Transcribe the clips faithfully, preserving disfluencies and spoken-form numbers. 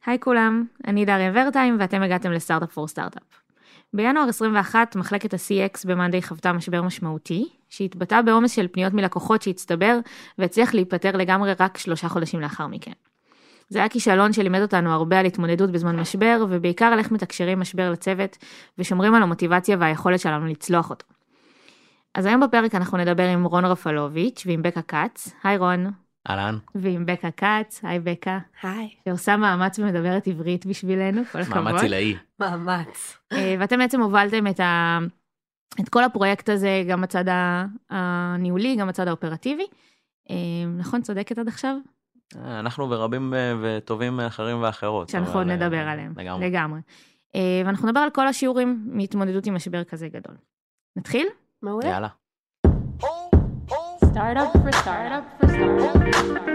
היי כולם, אני דריה ורטיים ואתם הגעתם לסטארט-אפ פור סטארט-אפ. בינואר עשרים ואחת מחלקת ה-סי אקס במאנדיי חוותה משבר משמעותי, שהתבטא בעומס של פניות מלקוחות שהצטבר והצליח להיפטר לגמרי רק שלושה חודשים לאחר מכן. זה היה כישלון שלימד אותנו הרבה על התמודדות בזמן משבר, ובעיקר על איך מתקשרים משבר לצוות ושומרים על המוטיבציה והיכולת שלנו לצלוח אותו. אז היום בפרק אנחנו נדבר עם רון רפלוביץ' ועם בקה קאץ. היי רון. אהלן. ועם בקה קאץ. היי בקה. היי. שעושה מאמץ ומדברת עברית בשבילנו, כל הכבוד. מאמץ עילאי. מאמץ. ואתם בעצם הובלתם את, ה... את כל הפרויקט הזה, גם הצד הניהולי, גם הצד האופרטיבי. נכון, צודקת עד עכשיו? אנחנו ורבים וטובים אחרים ואחרות. שאנחנו עוד נדבר עליהם. לגמרי. לגמרי. ואנחנו נדבר על כל השיעורים מהתמודדות עם משבר כזה גדול. נתחיל? מעולה. יאללה. Startup for startup for startup.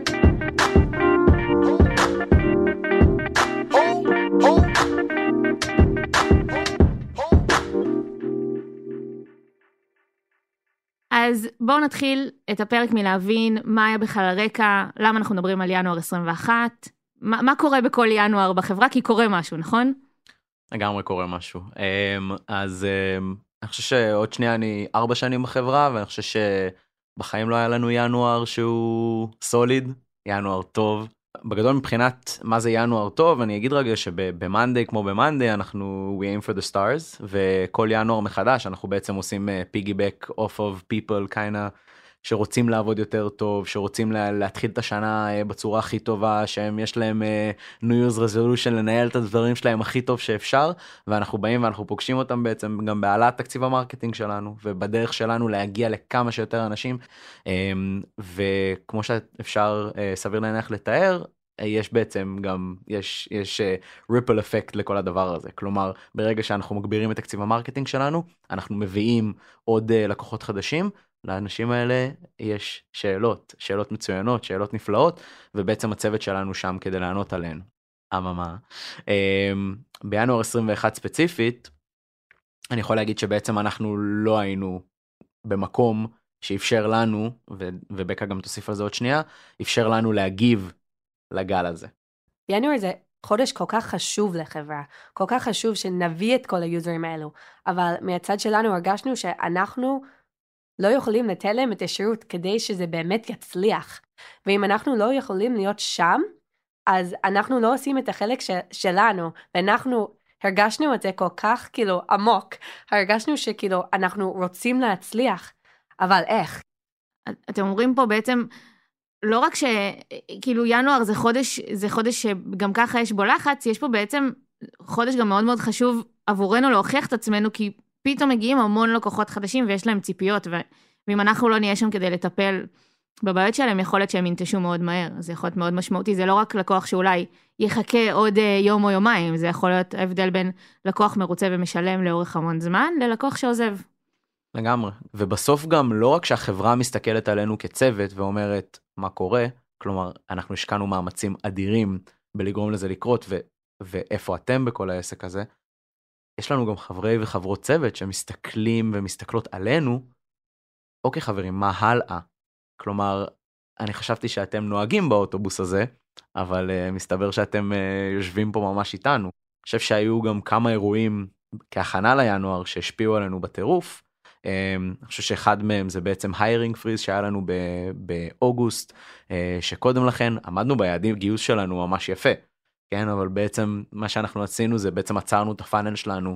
אז בואו נתחיל את הפרק מלהבין מה היה בכלל הרקע, למה אנחנו מדברים על ינואר עשרים ואחת, מה, מה קורה בכל ינואר בחברה, כי קורה משהו, נכון? לגמרי קורה משהו. אז אני חושב שעוד שנייה אני ארבע שנים בחברה, ואני חושב שבחיים לא היה לנו ינואר שהוא סוליד, ינואר טוב. בגדול מבחינת מה זה ינואר טוב, אני אגיד רגע שבמאנדיי כמו במאנדיי אנחנו we aim for the stars, וכל ינואר מחדש אנחנו בעצם עושים פיגיבק off of people kinda שרוצים לעבוד יותר טוב, שרוצים לה, להתחיל את השנה בצורה הכי טובה, שהם יש להם uh, New Year's Resolution לנהל את הדברים שלהם הכי טוב שאפשר, ואנחנו באים ואנחנו פוגשים אותם בעצם גם בהעלאת תקציב המרקטינג שלנו, ובדרך שלנו להגיע לכמה שיותר אנשים, um, וכמו שאפשר uh, סביר להניח לתאר, יש בעצם גם, יש, יש uh, ripple effect לכל הדבר הזה. כלומר, ברגע שאנחנו מגבירים את תקציב המרקטינג שלנו, אנחנו מביאים עוד uh, לקוחות חדשים, לאנשים האלה יש שאלות, שאלות מצוינות, שאלות נפלאות, ובעצם הצוות שלנו שם כדי לענות עליהן. אממה, בינואר עשרים ואחת ספציפית, אני יכול להגיד שבעצם אנחנו לא היינו במקום שאפשר לנו, ובקה גם תוסיף על זה עוד שנייה, אפשר לנו להגיב לגל הזה. ינואר זה חודש כל כך חשוב לחברה, כל כך חשוב שנביא את כל היוזרים האלו, אבל מהצד שלנו הרגשנו שאנחנו לא יכולים לתת להם את השירות כדי שזה באמת יצליח. ואם אנחנו לא יכולים להיות שם, אז אנחנו לא עושים את החלק ש- שלנו, ואנחנו הרגשנו את זה כל כך כאילו עמוק, הרגשנו שכאילו אנחנו רוצים להצליח, אבל איך? אתם אומרים פה בעצם, לא רק שכאילו ינואר זה חודש, זה חודש שגם ככה יש בו לחץ, יש פה בעצם חודש גם מאוד מאוד חשוב עבורנו להוכיח את עצמנו, כי פתאום מגיעים המון לקוחות חדשים ויש להם ציפיות, ואם אנחנו לא נהיה שם כדי לטפל בבעיות שלהם, יכול להיות שהם ינטשו מאוד מהר, זה יכול להיות מאוד משמעותי, זה לא רק לקוח שאולי יחכה עוד יום או יומיים, זה יכול להיות ההבדל בין לקוח מרוצה ומשלם לאורך המון זמן, ללקוח שעוזב. לגמרי, ובסוף גם לא רק שהחברה מסתכלת עלינו כצוות ואומרת מה קורה, כלומר אנחנו השקענו מאמצים אדירים בלגרום לזה לקרות, ו- ואיפה אתם בכל העסק הזה, יש לנו גם חברי וחברות צוות שמסתכלים ומסתכלות עלינו, אוקיי חברים, מה הלאה? כלומר, אני חשבתי שאתם נוהגים באוטובוס הזה, אבל uh, מסתבר שאתם uh, יושבים פה ממש איתנו. אני חושב שהיו גם כמה אירועים כהכנה לינואר שהשפיעו עלינו בטירוף. Um, אני חושב שאחד מהם זה בעצם hiring freeze שהיה לנו באוגוסט, uh, שקודם לכן עמדנו ביעדים גיוס שלנו ממש יפה. כן, אבל בעצם מה שאנחנו עשינו זה בעצם עצרנו את הפאנל שלנו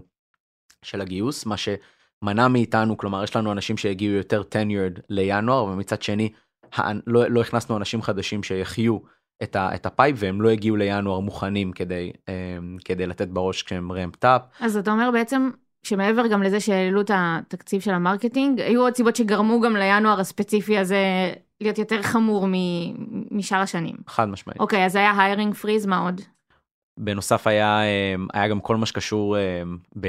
של הגיוס, מה שמנע מאיתנו, כלומר יש לנו אנשים שהגיעו יותר tenured לינואר, ומצד שני לא, לא הכנסנו אנשים חדשים שיחיו את, ה, את הפייפ, והם לא הגיעו לינואר מוכנים כדי, כדי לתת בראש כשהם ramped up. אז אתה אומר בעצם שמעבר גם לזה שהעלו את התקציב של המרקטינג, היו עוד סיבות שגרמו גם לינואר הספציפי הזה להיות יותר חמור משאר השנים. חד משמעית. אוקיי, אז היה hiring freeze, מה עוד? בנוסף היה, היה גם כל מה שקשור ב,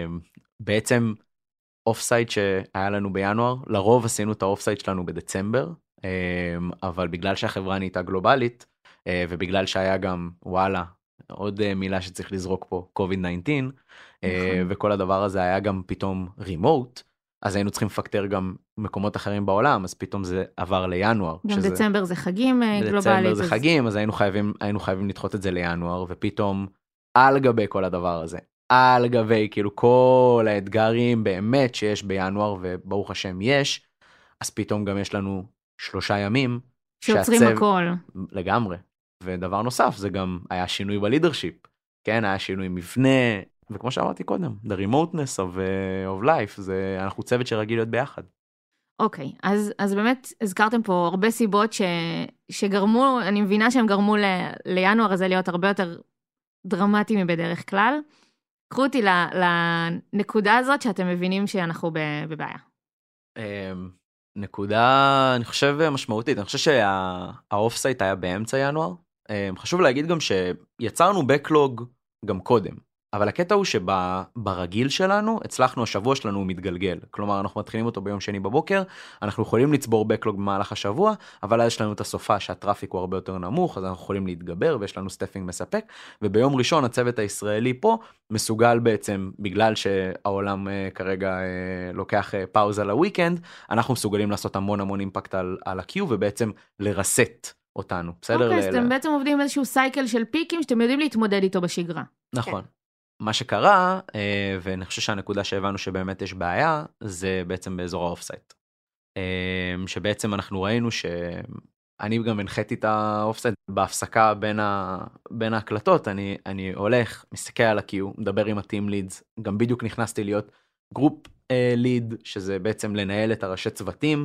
בעצם אוף סייט שהיה לנו בינואר, לרוב עשינו את האוף סייט שלנו בדצמבר, אבל בגלל שהחברה נהייתה גלובלית, ובגלל שהיה גם, וואלה, עוד מילה שצריך לזרוק פה, קוביד תשע עשרה, וכל הדבר הזה היה גם פתאום רימוט, אז היינו צריכים לפקטר גם מקומות אחרים בעולם, אז פתאום זה עבר לינואר. גם שזה... דצמבר זה חגים גלובלית. דצמבר זה אז... חגים, אז היינו חייבים, היינו חייבים לדחות את זה לינואר, ופתאום על גבי כל הדבר הזה, על גבי כאילו כל האתגרים באמת שיש בינואר, וברוך השם יש, אז פתאום גם יש לנו שלושה ימים. שעוצרים שהצו... הכל. לגמרי. ודבר נוסף, זה גם היה שינוי בלידרשיפ. כן, היה שינוי מבנה, וכמו שאמרתי קודם, the remoteness of, uh, of life, זה, אנחנו צוות שרגיל להיות ביחד. אוקיי, okay, אז, אז באמת הזכרתם פה הרבה סיבות ש, שגרמו, אני מבינה שהם גרמו ל, לינואר הזה להיות הרבה יותר דרמטי מבדרך כלל. קחו אותי לנקודה הזאת שאתם מבינים שאנחנו בבעיה. נקודה, אני חושב, משמעותית. אני חושב שהאופסייט היה באמצע ינואר. חשוב להגיד גם שיצרנו בקלוג גם קודם. אבל הקטע הוא שברגיל שלנו, הצלחנו, השבוע שלנו הוא מתגלגל. כלומר, אנחנו מתחילים אותו ביום שני בבוקר, אנחנו יכולים לצבור בקלוג במהלך השבוע, אבל אז יש לנו את הסופה שהטראפיק הוא הרבה יותר נמוך, אז אנחנו יכולים להתגבר, ויש לנו סטפינג מספק, וביום ראשון הצוות הישראלי פה מסוגל בעצם, בגלל שהעולם uh, כרגע uh, לוקח uh, פאוזה לוויקנד, אנחנו מסוגלים לעשות המון המון אימפקט על, על ה-Q, ובעצם לרסט אותנו. בסדר? אוקיי, אז אתם בעצם עובדים איזשהו סייקל של פיקים, שאתם יודעים להתמודד איתו בשגרה. נכון. מה שקרה, ואני חושב שהנקודה שהבנו שבאמת יש בעיה, זה בעצם באזור האופסייט. שבעצם אנחנו ראינו שאני גם הנחיתי את האופסייט בהפסקה בין, ה... בין ההקלטות, אני, אני הולך, מסתכל על ה-Q, מדבר עם הטים לידס, גם בדיוק נכנסתי להיות גרופ ליד, שזה בעצם לנהל את הראשי צוותים,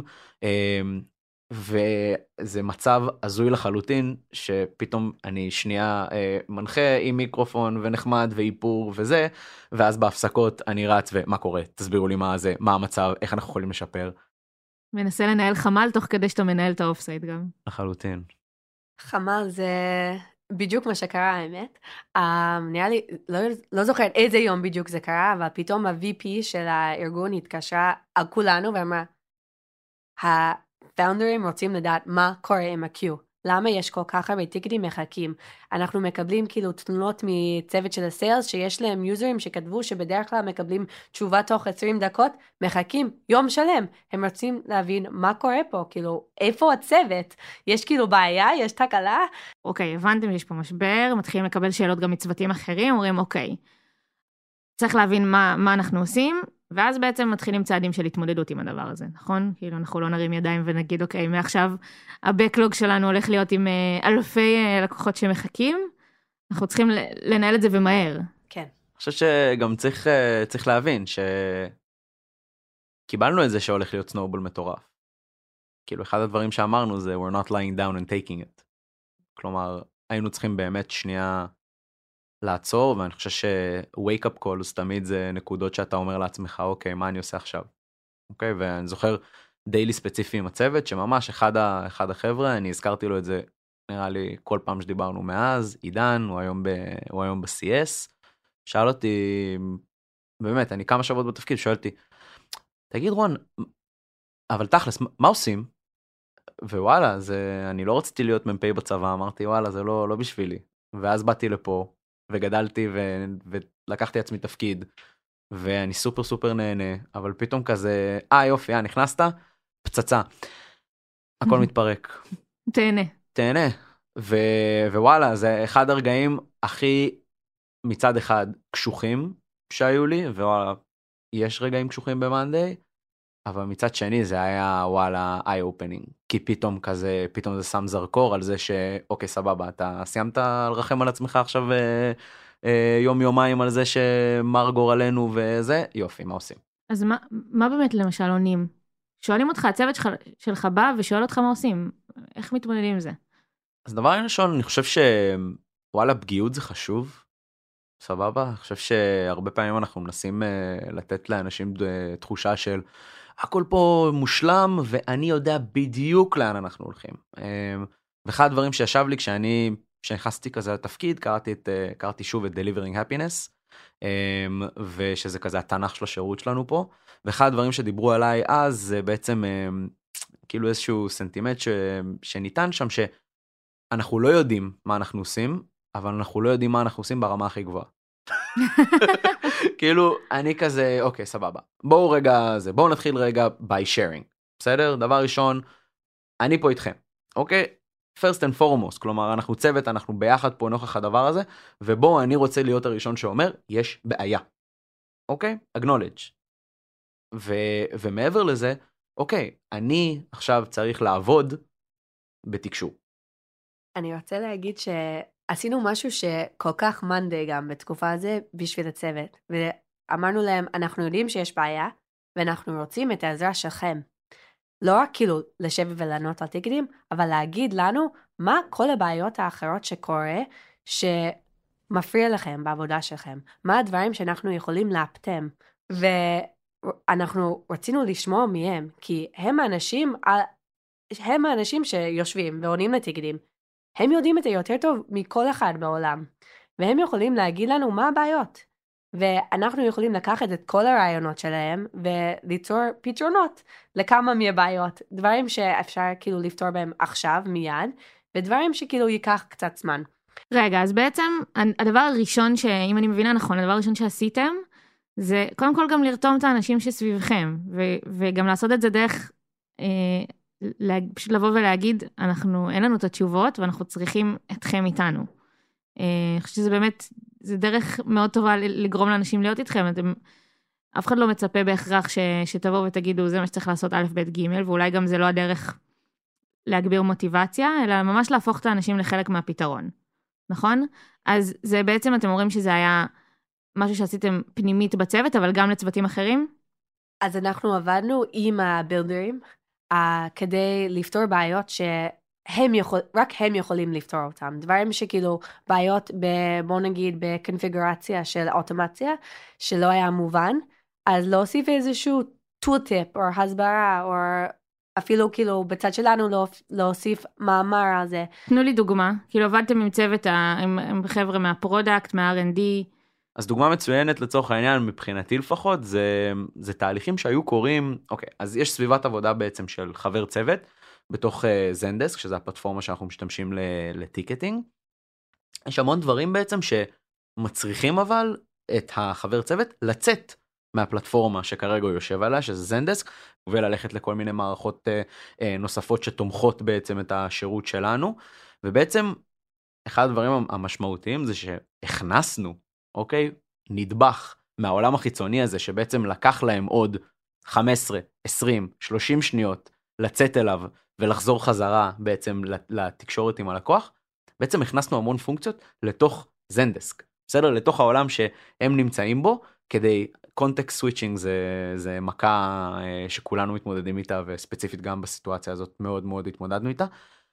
וזה מצב הזוי לחלוטין, שפתאום אני שנייה אה, מנחה עם מיקרופון ונחמד ואיפור וזה, ואז בהפסקות אני רץ ומה קורה, תסבירו לי מה זה, מה המצב, איך אנחנו יכולים לשפר. מנסה לנהל חמ"ל תוך כדי שאתה מנהל את האופסייט גם. לחלוטין. חמ"ל זה בדיוק מה שקרה האמת. Um, נראה לי, לא, לא זוכרת איזה יום בדיוק זה קרה, אבל פתאום ה-וי פי של הארגון התקשרה על כולנו ואמרה, פאונדרים רוצים לדעת מה קורה עם ה-Q. למה יש כל כך הרבה טיקטים מחכים? אנחנו מקבלים כאילו תלונות מצוות של הסיילס, שיש להם יוזרים שכתבו שבדרך כלל מקבלים תשובה תוך עשרים דקות, מחכים יום שלם. הם רוצים להבין מה קורה פה, כאילו, איפה הצוות? יש כאילו בעיה? יש תקלה? אוקיי, הבנתם שיש פה משבר, מתחילים לקבל שאלות גם מצוותים אחרים, אומרים אוקיי, צריך להבין מה, מה אנחנו עושים, ואז בעצם מתחילים צעדים של התמודדות עם הדבר הזה, נכון? כאילו אנחנו לא נרים ידיים ונגיד, אוקיי, מעכשיו הבקלוג שלנו הולך להיות עם אלפי לקוחות שמחכים, אנחנו צריכים לנהל את זה ומהר. כן. אני חושב שגם צריך, צריך להבין שקיבלנו את זה שהולך להיות סנובול מטורף. כאילו אחד הדברים שאמרנו זה, we're not lying down and taking it. כלומר, היינו צריכים באמת שנייה לעצור, ואני חושב ש-wake up calls תמיד זה נקודות שאתה אומר לעצמך, אוקיי, מה אני עושה עכשיו? אוקיי, ואני זוכר דיילי ספציפי עם הצוות, שממש אחד, ה- אחד החבר'ה, אני הזכרתי לו את זה, נראה לי כל פעם שדיברנו מאז, עידן, הוא היום, ב- הוא היום ב-סי אס, שאל אותי, באמת, אני כמה שבועות בתפקיד, שואל אותי, תגיד רון, אבל תכלס, מה עושים? ווואלה, זה, אני לא רציתי להיות מ"פ בצבא, אמרתי, וואלה, זה לא, לא בשבילי. ואז באתי לפה, וגדלתי ו... ולקחתי עצמי תפקיד, ואני סופר סופר נהנה, אבל פתאום כזה, אה יופי, אה, נכנסת? פצצה. הכל מתפרק. תהנה. תהנה. ו... ווואלה, זה אחד הרגעים הכי מצד אחד קשוחים שהיו לי, ווואלה, יש רגעים קשוחים במאנדיי, אבל מצד שני זה היה וואלה איי אופנינג, כי פתאום כזה, פתאום זה שם זרקור על זה שאוקיי סבבה, אתה סיימת לרחם על עצמך עכשיו אה, אה, יום יומיים על זה שמר גורלנו וזה, יופי, מה עושים? אז מה, מה באמת למשל עונים? שואלים אותך, הצוות שלך, שלך בא ושואל אותך מה עושים, איך מתמודדים עם זה? אז דבר ראשון, אני חושב שוואלה פגיעות זה חשוב, סבבה, אני חושב שהרבה פעמים אנחנו מנסים אה, לתת לאנשים תחושה של הכל פה מושלם, ואני יודע בדיוק לאן אנחנו הולכים. ואחד הדברים שישב לי כשאני, כשנכנסתי כזה לתפקיד, קראתי, את, קראתי שוב את Delivering Happiness, ושזה כזה התנ"ך של השירות שלנו פה, ואחד הדברים שדיברו עליי אז, זה בעצם כאילו איזשהו סנטימנט ש, שניתן שם, שאנחנו לא יודעים מה אנחנו עושים, אבל אנחנו לא יודעים מה אנחנו עושים ברמה הכי גבוהה. כאילו, אני כזה, אוקיי, סבבה. בואו רגע, זה, בואו נתחיל רגע by sharing, בסדר? דבר ראשון, אני פה איתכם, אוקיי? first and foremost, כלומר, אנחנו צוות, אנחנו ביחד פה נוכח הדבר הזה, ובואו אני רוצה להיות הראשון שאומר, יש בעיה, אוקיי? acknowledge. ו- ומעבר לזה, אוקיי, אני עכשיו צריך לעבוד בתקשור. אני רוצה להגיד שעשינו משהו שכל כך מנדי גם בתקופה הזו בשביל הצוות, ואמרנו להם, אנחנו יודעים שיש בעיה, ואנחנו רוצים את העזרה שלכם. לא רק כאילו לשבת ולענות על טיקטים, אבל להגיד לנו מה כל הבעיות האחרות שקורה, שמפריע לכם בעבודה שלכם. מה הדברים שאנחנו יכולים להפתם. ואנחנו רצינו לשמוע מהם, כי הם האנשים, הם האנשים שיושבים ועונים לטיקטים. הם יודעים את זה יותר טוב מכל אחד בעולם. והם יכולים להגיד לנו מה הבעיות. ואנחנו יכולים לקחת את כל הרעיונות שלהם וליצור פתרונות לכמה מהבעיות. דברים שאפשר כאילו לפתור בהם עכשיו, מיד, ודברים שכאילו ייקח קצת זמן. רגע, אז בעצם הדבר הראשון, שאם אני מבינה נכון, הדבר הראשון שעשיתם, זה קודם כל גם לרתום את האנשים שסביבכם, ו- וגם לעשות את זה דרך, אה, לה- פשוט לבוא ולהגיד, אנחנו, אין לנו את התשובות, ואנחנו צריכים אתכם איתנו. אה, אני חושבת שזה באמת, זה דרך מאוד טובה לגרום לאנשים להיות איתכם, אתם, אף אחד לא מצפה בהכרח ש, שתבואו ותגידו, זה מה שצריך לעשות א', ב', ג', ואולי גם זה לא הדרך להגביר מוטיבציה, אלא ממש להפוך את האנשים לחלק מהפתרון, נכון? אז זה בעצם, אתם אומרים שזה היה משהו שעשיתם פנימית בצוות, אבל גם לצוותים אחרים? אז אנחנו עבדנו עם הבילדרים, uh, כדי לפתור בעיות ש... הם יכול, רק הם יכולים לפתור אותם. דברים שכאילו בעיות, ב, בוא נגיד, בקונפיגורציה של אוטומציה, שלא היה מובן, אז להוסיף איזשהו טול-טיפ, או הסברה, או אפילו כאילו בצד שלנו לא, להוסיף מאמר על זה. תנו לי דוגמה, כאילו עבדתם עם צוות, עם, עם חבר'ה מהפרודקט, מה-אר אנד די. אז דוגמה מצוינת לצורך העניין, מבחינתי לפחות, זה, זה תהליכים שהיו קורים, אוקיי, אז יש סביבת עבודה בעצם של חבר צוות, בתוך זנדסק, שזה הפלטפורמה שאנחנו משתמשים לטיקטינג. יש המון דברים בעצם שמצריכים אבל את החבר צוות לצאת מהפלטפורמה שכרגע הוא יושב עליה, שזה זנדסק, וללכת לכל מיני מערכות נוספות שתומכות בעצם את השירות שלנו, ובעצם אחד הדברים המשמעותיים זה שהכנסנו, אוקיי, נדבך מהעולם החיצוני הזה, שבעצם לקח להם עוד חמש עשרה, עשרים, שלושים שניות לצאת אליו, ולחזור חזרה בעצם לתקשורת עם הלקוח, בעצם הכנסנו המון פונקציות לתוך זנדסק, בסדר? לתוך העולם שהם נמצאים בו, כדי קונטקסט סוויצ'ינג זה, זה מכה שכולנו מתמודדים איתה, וספציפית גם בסיטואציה הזאת מאוד מאוד התמודדנו איתה.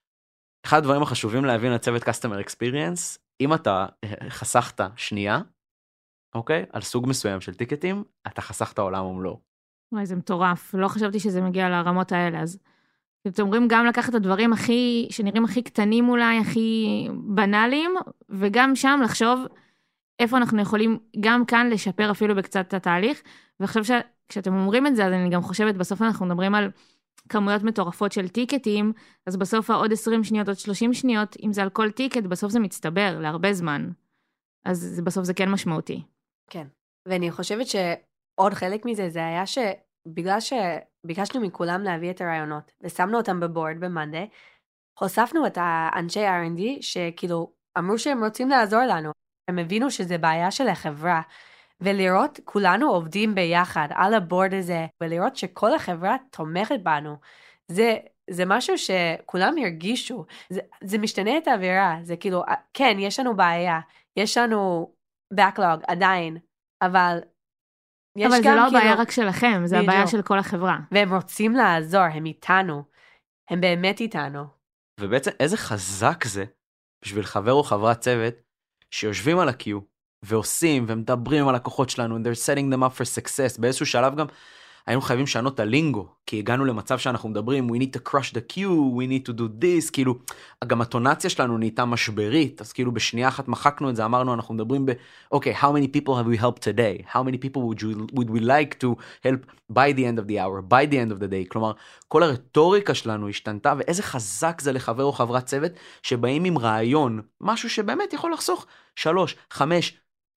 אחד הדברים החשובים להבין על צוות Customer Experience, אם אתה חסכת שנייה, אוקיי? על סוג מסוים של טיקטים, אתה חסכת עולם ומלואו. וואי, זה מטורף. לא חשבתי שזה מגיע לרמות האלה, אז אתם אומרים גם לקחת את הדברים הכי, שנראים הכי קטנים אולי, הכי בנאליים, וגם שם לחשוב איפה אנחנו יכולים גם כאן לשפר אפילו בקצת את התהליך, ועכשיו שכשאתם אומרים את זה, אז אני גם חושבת, בסוף אנחנו מדברים על כמויות מטורפות של טיקטים, אז בסוף העוד עשרים שניות, עוד שלושים שניות, אם זה על כל טיקט, בסוף זה מצטבר להרבה זמן. אז בסוף זה כן משמעותי. כן, ואני חושבת שעוד חלק מזה, זה היה שבגלל שביקשנו מכולם להביא את הרעיונות, ושמנו אותם בבורד במנדי, חושפנו את האנשי אר אנד די, שכאילו אמרו שהם רוצים לעזור לנו, הם הבינו שזה בעיה של החברה, ולראות כולנו עובדים ביחד על הבורד הזה, ולראות שכל החברה תומכת בנו, זה, זה משהו שכולם ירגישו, זה, זה משתנה את האווירה, זה כאילו, כן, יש לנו בעיה, יש לנו backlog עדיין, אבל יש אבל גם זה לא כאילו... הבעיה רק שלכם, זה בדיוק. הבעיה של כל החברה. והם רוצים לעזור, הם איתנו, הם באמת איתנו. ובעצם איזה חזק זה, בשביל חבר או חברת צוות, שיושבים על ה-Q, ועושים ומדברים על לקוחות שלנו, and they're setting them up for success. באיזשהו שלב גם היינו חייבים לשנות את הלינגו, כי הגענו למצב שאנחנו מדברים, we need to crush the queue, we need to do this, כאילו, גם הטונציה שלנו נהייתה משברית, אז כאילו בשנייה אחת מחקנו את זה, אמרנו, אנחנו מדברים ב, okay, how many people have we helped today? How many people would, you, would we like to help by the end of the hour, by the end of the day? כלומר, כל הרטוריקה שלנו השתנתה, ואיזה חזק זה לחבר או חברת צוות, שבאים עם רעיון, משהו שבאמת יכול לחסוך שלוש, חמש,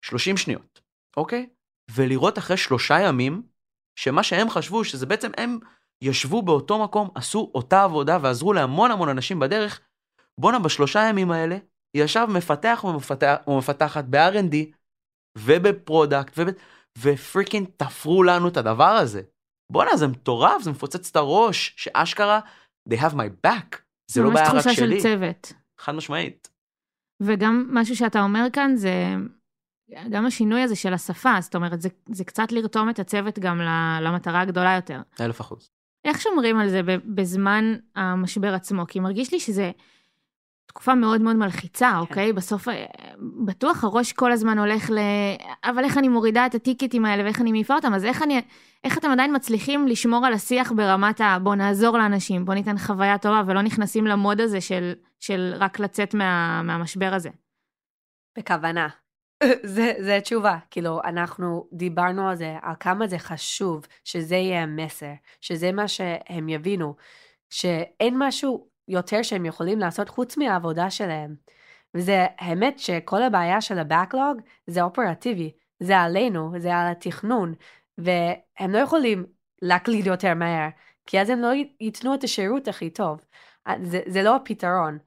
שלושים שניות, אוקיי? ולראות אחרי שלושה ימים, שמה שהם חשבו, שזה בעצם הם ישבו באותו מקום, עשו אותה עבודה, ועזרו להמון המון אנשים בדרך, בונה בשלושה ימים האלה, ישב מפתח ומפתח, ומפתחת ב-אר אנד די, ובפרודקט, וב... ופריקין תפרו לנו את הדבר הזה. בונה, זה מטורף, זה מפוצץ את הראש, שאשכרה, they have my back. זה לא בעיה רק שלי. ממש תחושה של צוות. חד משמעית. וגם משהו שאתה אומר כאן, זה גם השינוי הזה של השפה, זאת אומרת, זה, זה קצת לרתום את הצוות גם למטרה הגדולה יותר. אלף אחוז. איך שומרים על זה בזמן המשבר עצמו? כי מרגיש לי שזה תקופה מאוד מאוד מלחיצה, כן. אוקיי? בסוף, בטוח הראש כל הזמן הולך ל... אבל איך אני מורידה את הטיקטים האלה, ואיך אני מעיפה אותם? אז איך, אני... איך אתם עדיין מצליחים לשמור על השיח ברמת ה... בוא נעזור לאנשים, בוא ניתן חוויה טובה, ולא נכנסים למוד הזה של, של רק לצאת מה... מהמשבר הזה? בכוונה. זה, זה תשובה. כאילו, אנחנו דיברנו על זה, על כמה זה חשוב, שזה יהיה המסר, שזה מה שהם יבינו, שאין משהו יותר שהם יכולים לעשות חוץ מהעבודה שלהם. וזה האמת שכל הבעיה של הבקלוג זה אופרטיבי, זה עלינו, זה על התכנון, והם לא יכולים להקליד יותר מהר, כי אז הם לא ייתנו את השירות הכי טוב. זה, זה לא הפתרון.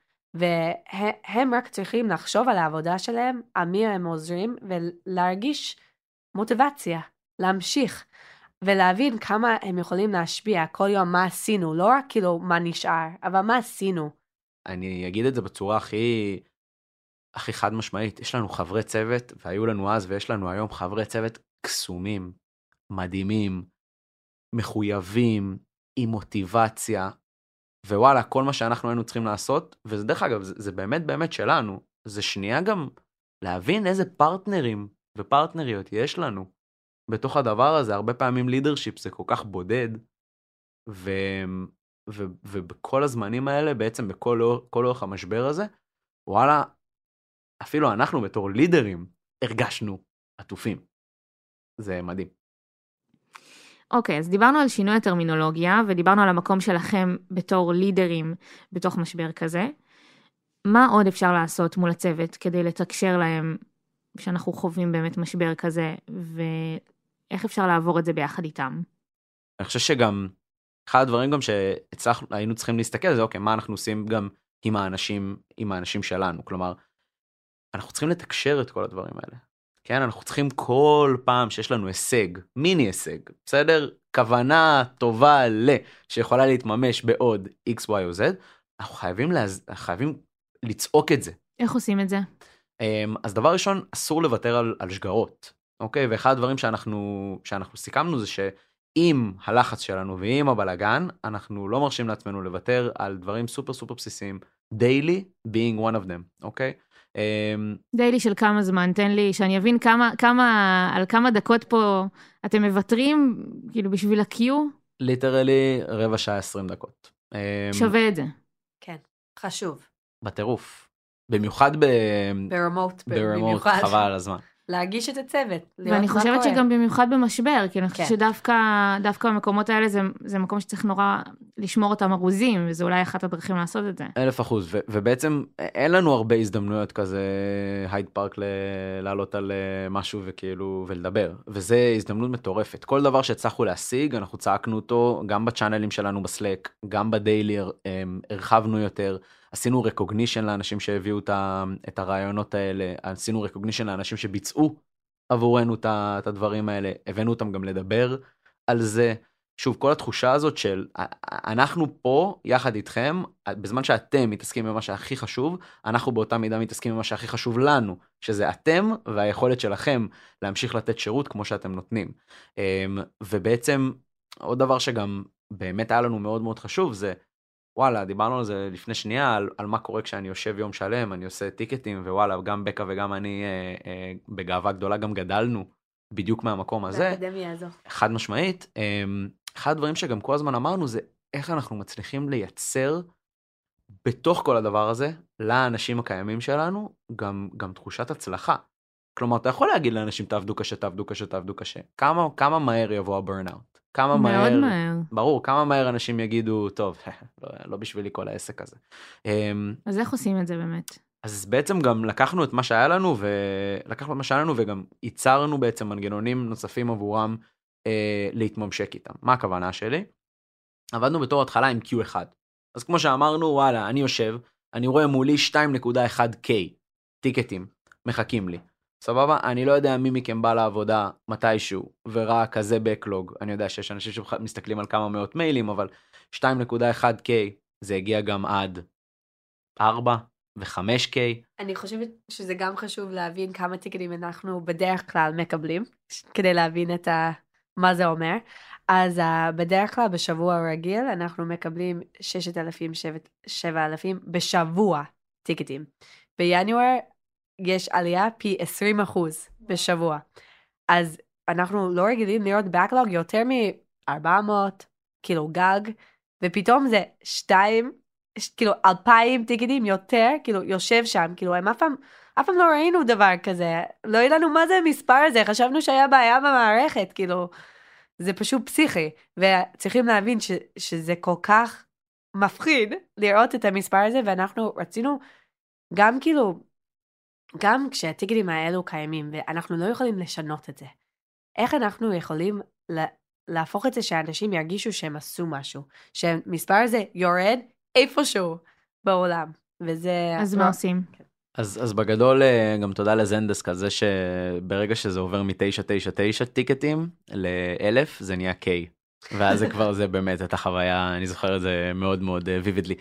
והם רק צריכים לחשוב על העבודה שלהם, על מי הם עוזרים, ולהרגיש מוטיבציה, להמשיך, ולהבין כמה הם יכולים להשפיע כל יום מה עשינו, לא רק כאילו מה נשאר, אבל מה עשינו. אני אגיד את זה בצורה הכי, הכי חד משמעית. יש לנו חברי צוות, והיו לנו אז ויש לנו היום חברי צוות קסומים, מדהימים, מחויבים, עם מוטיבציה, ווואלה, כל מה שאנחנו היינו צריכים לעשות, וזה דרך אגב, זה, זה באמת באמת שלנו, זה שנייה גם להבין איזה פרטנרים ופרטנריות יש לנו בתוך הדבר הזה. הרבה פעמים לידרשיפ זה כל כך בודד, ו, ו, ובכל הזמנים האלה, בעצם בכל כל אורך המשבר הזה, וואלה, אפילו אנחנו בתור לידרים הרגשנו עטופים. זה מדהים. אוקיי, אז דיברנו על שינוי הטרמינולוגיה, ודיברנו על המקום שלכם בתור לידרים בתוך משבר כזה. מה עוד אפשר לעשות מול הצוות כדי לתקשר להם שאנחנו חווים באמת משבר כזה, ואיך אפשר לעבור את זה ביחד איתם? אני חושב שגם, אחד הדברים גם שהצלחנו, היינו צריכים להסתכל, זה אוקיי, מה אנחנו עושים גם עם האנשים, עם האנשים שלנו. כלומר, אנחנו צריכים לתקשר את כל הדברים האלה. כן, אנחנו צריכים כל פעם שיש לנו הישג, מיני הישג, בסדר? כוונה טובה ל, שיכולה להתממש בעוד X, Y או Z, אנחנו חייבים, להז... חייבים לצעוק את זה. איך עושים את זה? אז דבר ראשון, אסור לוותר על, על שגרות, אוקיי? ואחד הדברים שאנחנו, שאנחנו סיכמנו זה שעם הלחץ שלנו ועם הבלגן, אנחנו לא מרשים לעצמנו לוותר על דברים סופר סופר בסיסיים, daily being one of them, אוקיי? דיילי של כמה זמן, תן לי, שאני אבין כמה, כמה, על כמה דקות פה אתם מבטרים, כאילו בשביל הקיו? ליטרלי רבע שעה עשרים דקות. שווה את זה. כן, חשוב. בטירוף. במיוחד ב... ברמוט, במיוחד. חבל על הזמן. להגיש את הצוות. ואני חושבת שגם במיוחד במשבר, כי אני חושבת שדווקא דווקא המקומות האלה זה, זה מקום שצריך נורא לשמור אותם ארוזים, וזה אולי אחת הדרכים לעשות את זה. אלף אחוז, ו- ובעצם אין לנו הרבה הזדמנויות כזה, הייד פארק ל- לעלות על משהו וכאילו, ולדבר, וזה הזדמנות מטורפת. כל דבר שהצלחנו להשיג, אנחנו צעקנו אותו, גם בצ'אנלים שלנו בסלק, גם בדיילי, הרחבנו יותר, עשינו recognition לאנשים שהביאו את הרעיונות האלה, עשינו recognition לאנשים שביצעו עבורנו את הדברים האלה, הבאנו אותם גם לדבר על זה. שוב, כל התחושה הזאת של אנחנו פה יחד איתכם, בזמן שאתם מתעסקים במה שהכי חשוב, אנחנו באותה מידה מתעסקים במה שהכי חשוב לנו, שזה אתם והיכולת שלכם להמשיך לתת שירות כמו שאתם נותנים. ובעצם עוד דבר שגם באמת היה לנו מאוד מאוד חשוב זה, וואלה, דיברנו על זה לפני שנייה, על, על מה קורה כשאני יושב יום שלם, אני עושה טיקטים, ווואלה, גם בקה וגם אני אה, אה, בגאווה גדולה גם גדלנו בדיוק מהמקום הזה. באקדמיה הזו. חד משמעית. אה, אחד הדברים שגם כל הזמן אמרנו זה איך אנחנו מצליחים לייצר בתוך כל הדבר הזה, לאנשים הקיימים שלנו, גם, גם תחושת הצלחה. כלומר, אתה יכול להגיד לאנשים, תעבדו קשה, תעבדו קשה, תעבדו קשה. כמה, כמה מהר יבוא הברנאוט? כמה מאוד מהר, מהר. ברור, כמה מהר אנשים יגידו, טוב, לא, לא בשבילי כל העסק הזה. אז איך עושים את זה באמת? אז בעצם גם לקחנו את מה שהיה לנו, ולקחנו את מה שהיה לנו, וגם ייצרנו בעצם מנגנונים נוספים עבורם אה, להתממשק איתם. מה הכוונה שלי? עבדנו בתור התחלה עם קיו אחד. אז כמו שאמרנו, וואלה, אני יושב, אני רואה מולי שתיים נקודה אחת קיי טיקטים, מחכים לי. סבבה? אני לא יודע מי מכם בא לעבודה מתישהו, וראה כזה בקלוג. אני יודע שיש אנשים שמסתכלים על כמה מאות מיילים, אבל שתיים נקודה אחת קיי זה הגיע גם עד ארבע ו-חמש קיי. אני חושבת שזה גם חשוב להבין כמה טיקטים אנחנו בדרך כלל מקבלים, כדי להבין את ה... מה זה אומר. אז uh, בדרך כלל בשבוע רגיל אנחנו מקבלים ששת אלפים, שבעת אלפים בשבוע טיקטים. בינואר יש עלייה פי עשרים אחוז בשבוע. אז אנחנו לא רגילים לראות בקלוג יותר מ-ארבע מאות, כאילו גג, ופתאום זה שתיים, כאילו אלפיים טיקטים יותר, כאילו יושב שם, כאילו הם אף פעם, אף פעם לא ראינו דבר כזה, לא ידענו מה זה המספר הזה, חשבנו שהיה בעיה במערכת, כאילו, זה פשוט פסיכי, וצריכים להבין ש, שזה כל כך מפחיד לראות את המספר הזה, ואנחנו רצינו גם כאילו, גם כשהטיקטים האלו קיימים, ואנחנו לא יכולים לשנות את זה, איך אנחנו יכולים לה, להפוך את זה שאנשים ירגישו שהם עשו משהו, שהמספר הזה יורד איפשהו בעולם, וזה... אז מה עושים? אז, אז בגדול גם תודה לזנדסק על זה שברגע שזה עובר מ-תשע תשע תשע טיקטים ל-אלף זה נהיה K. ואז זה כבר זה באמת את החוויה, אני זוכר את זה מאוד מאוד ויבידלי.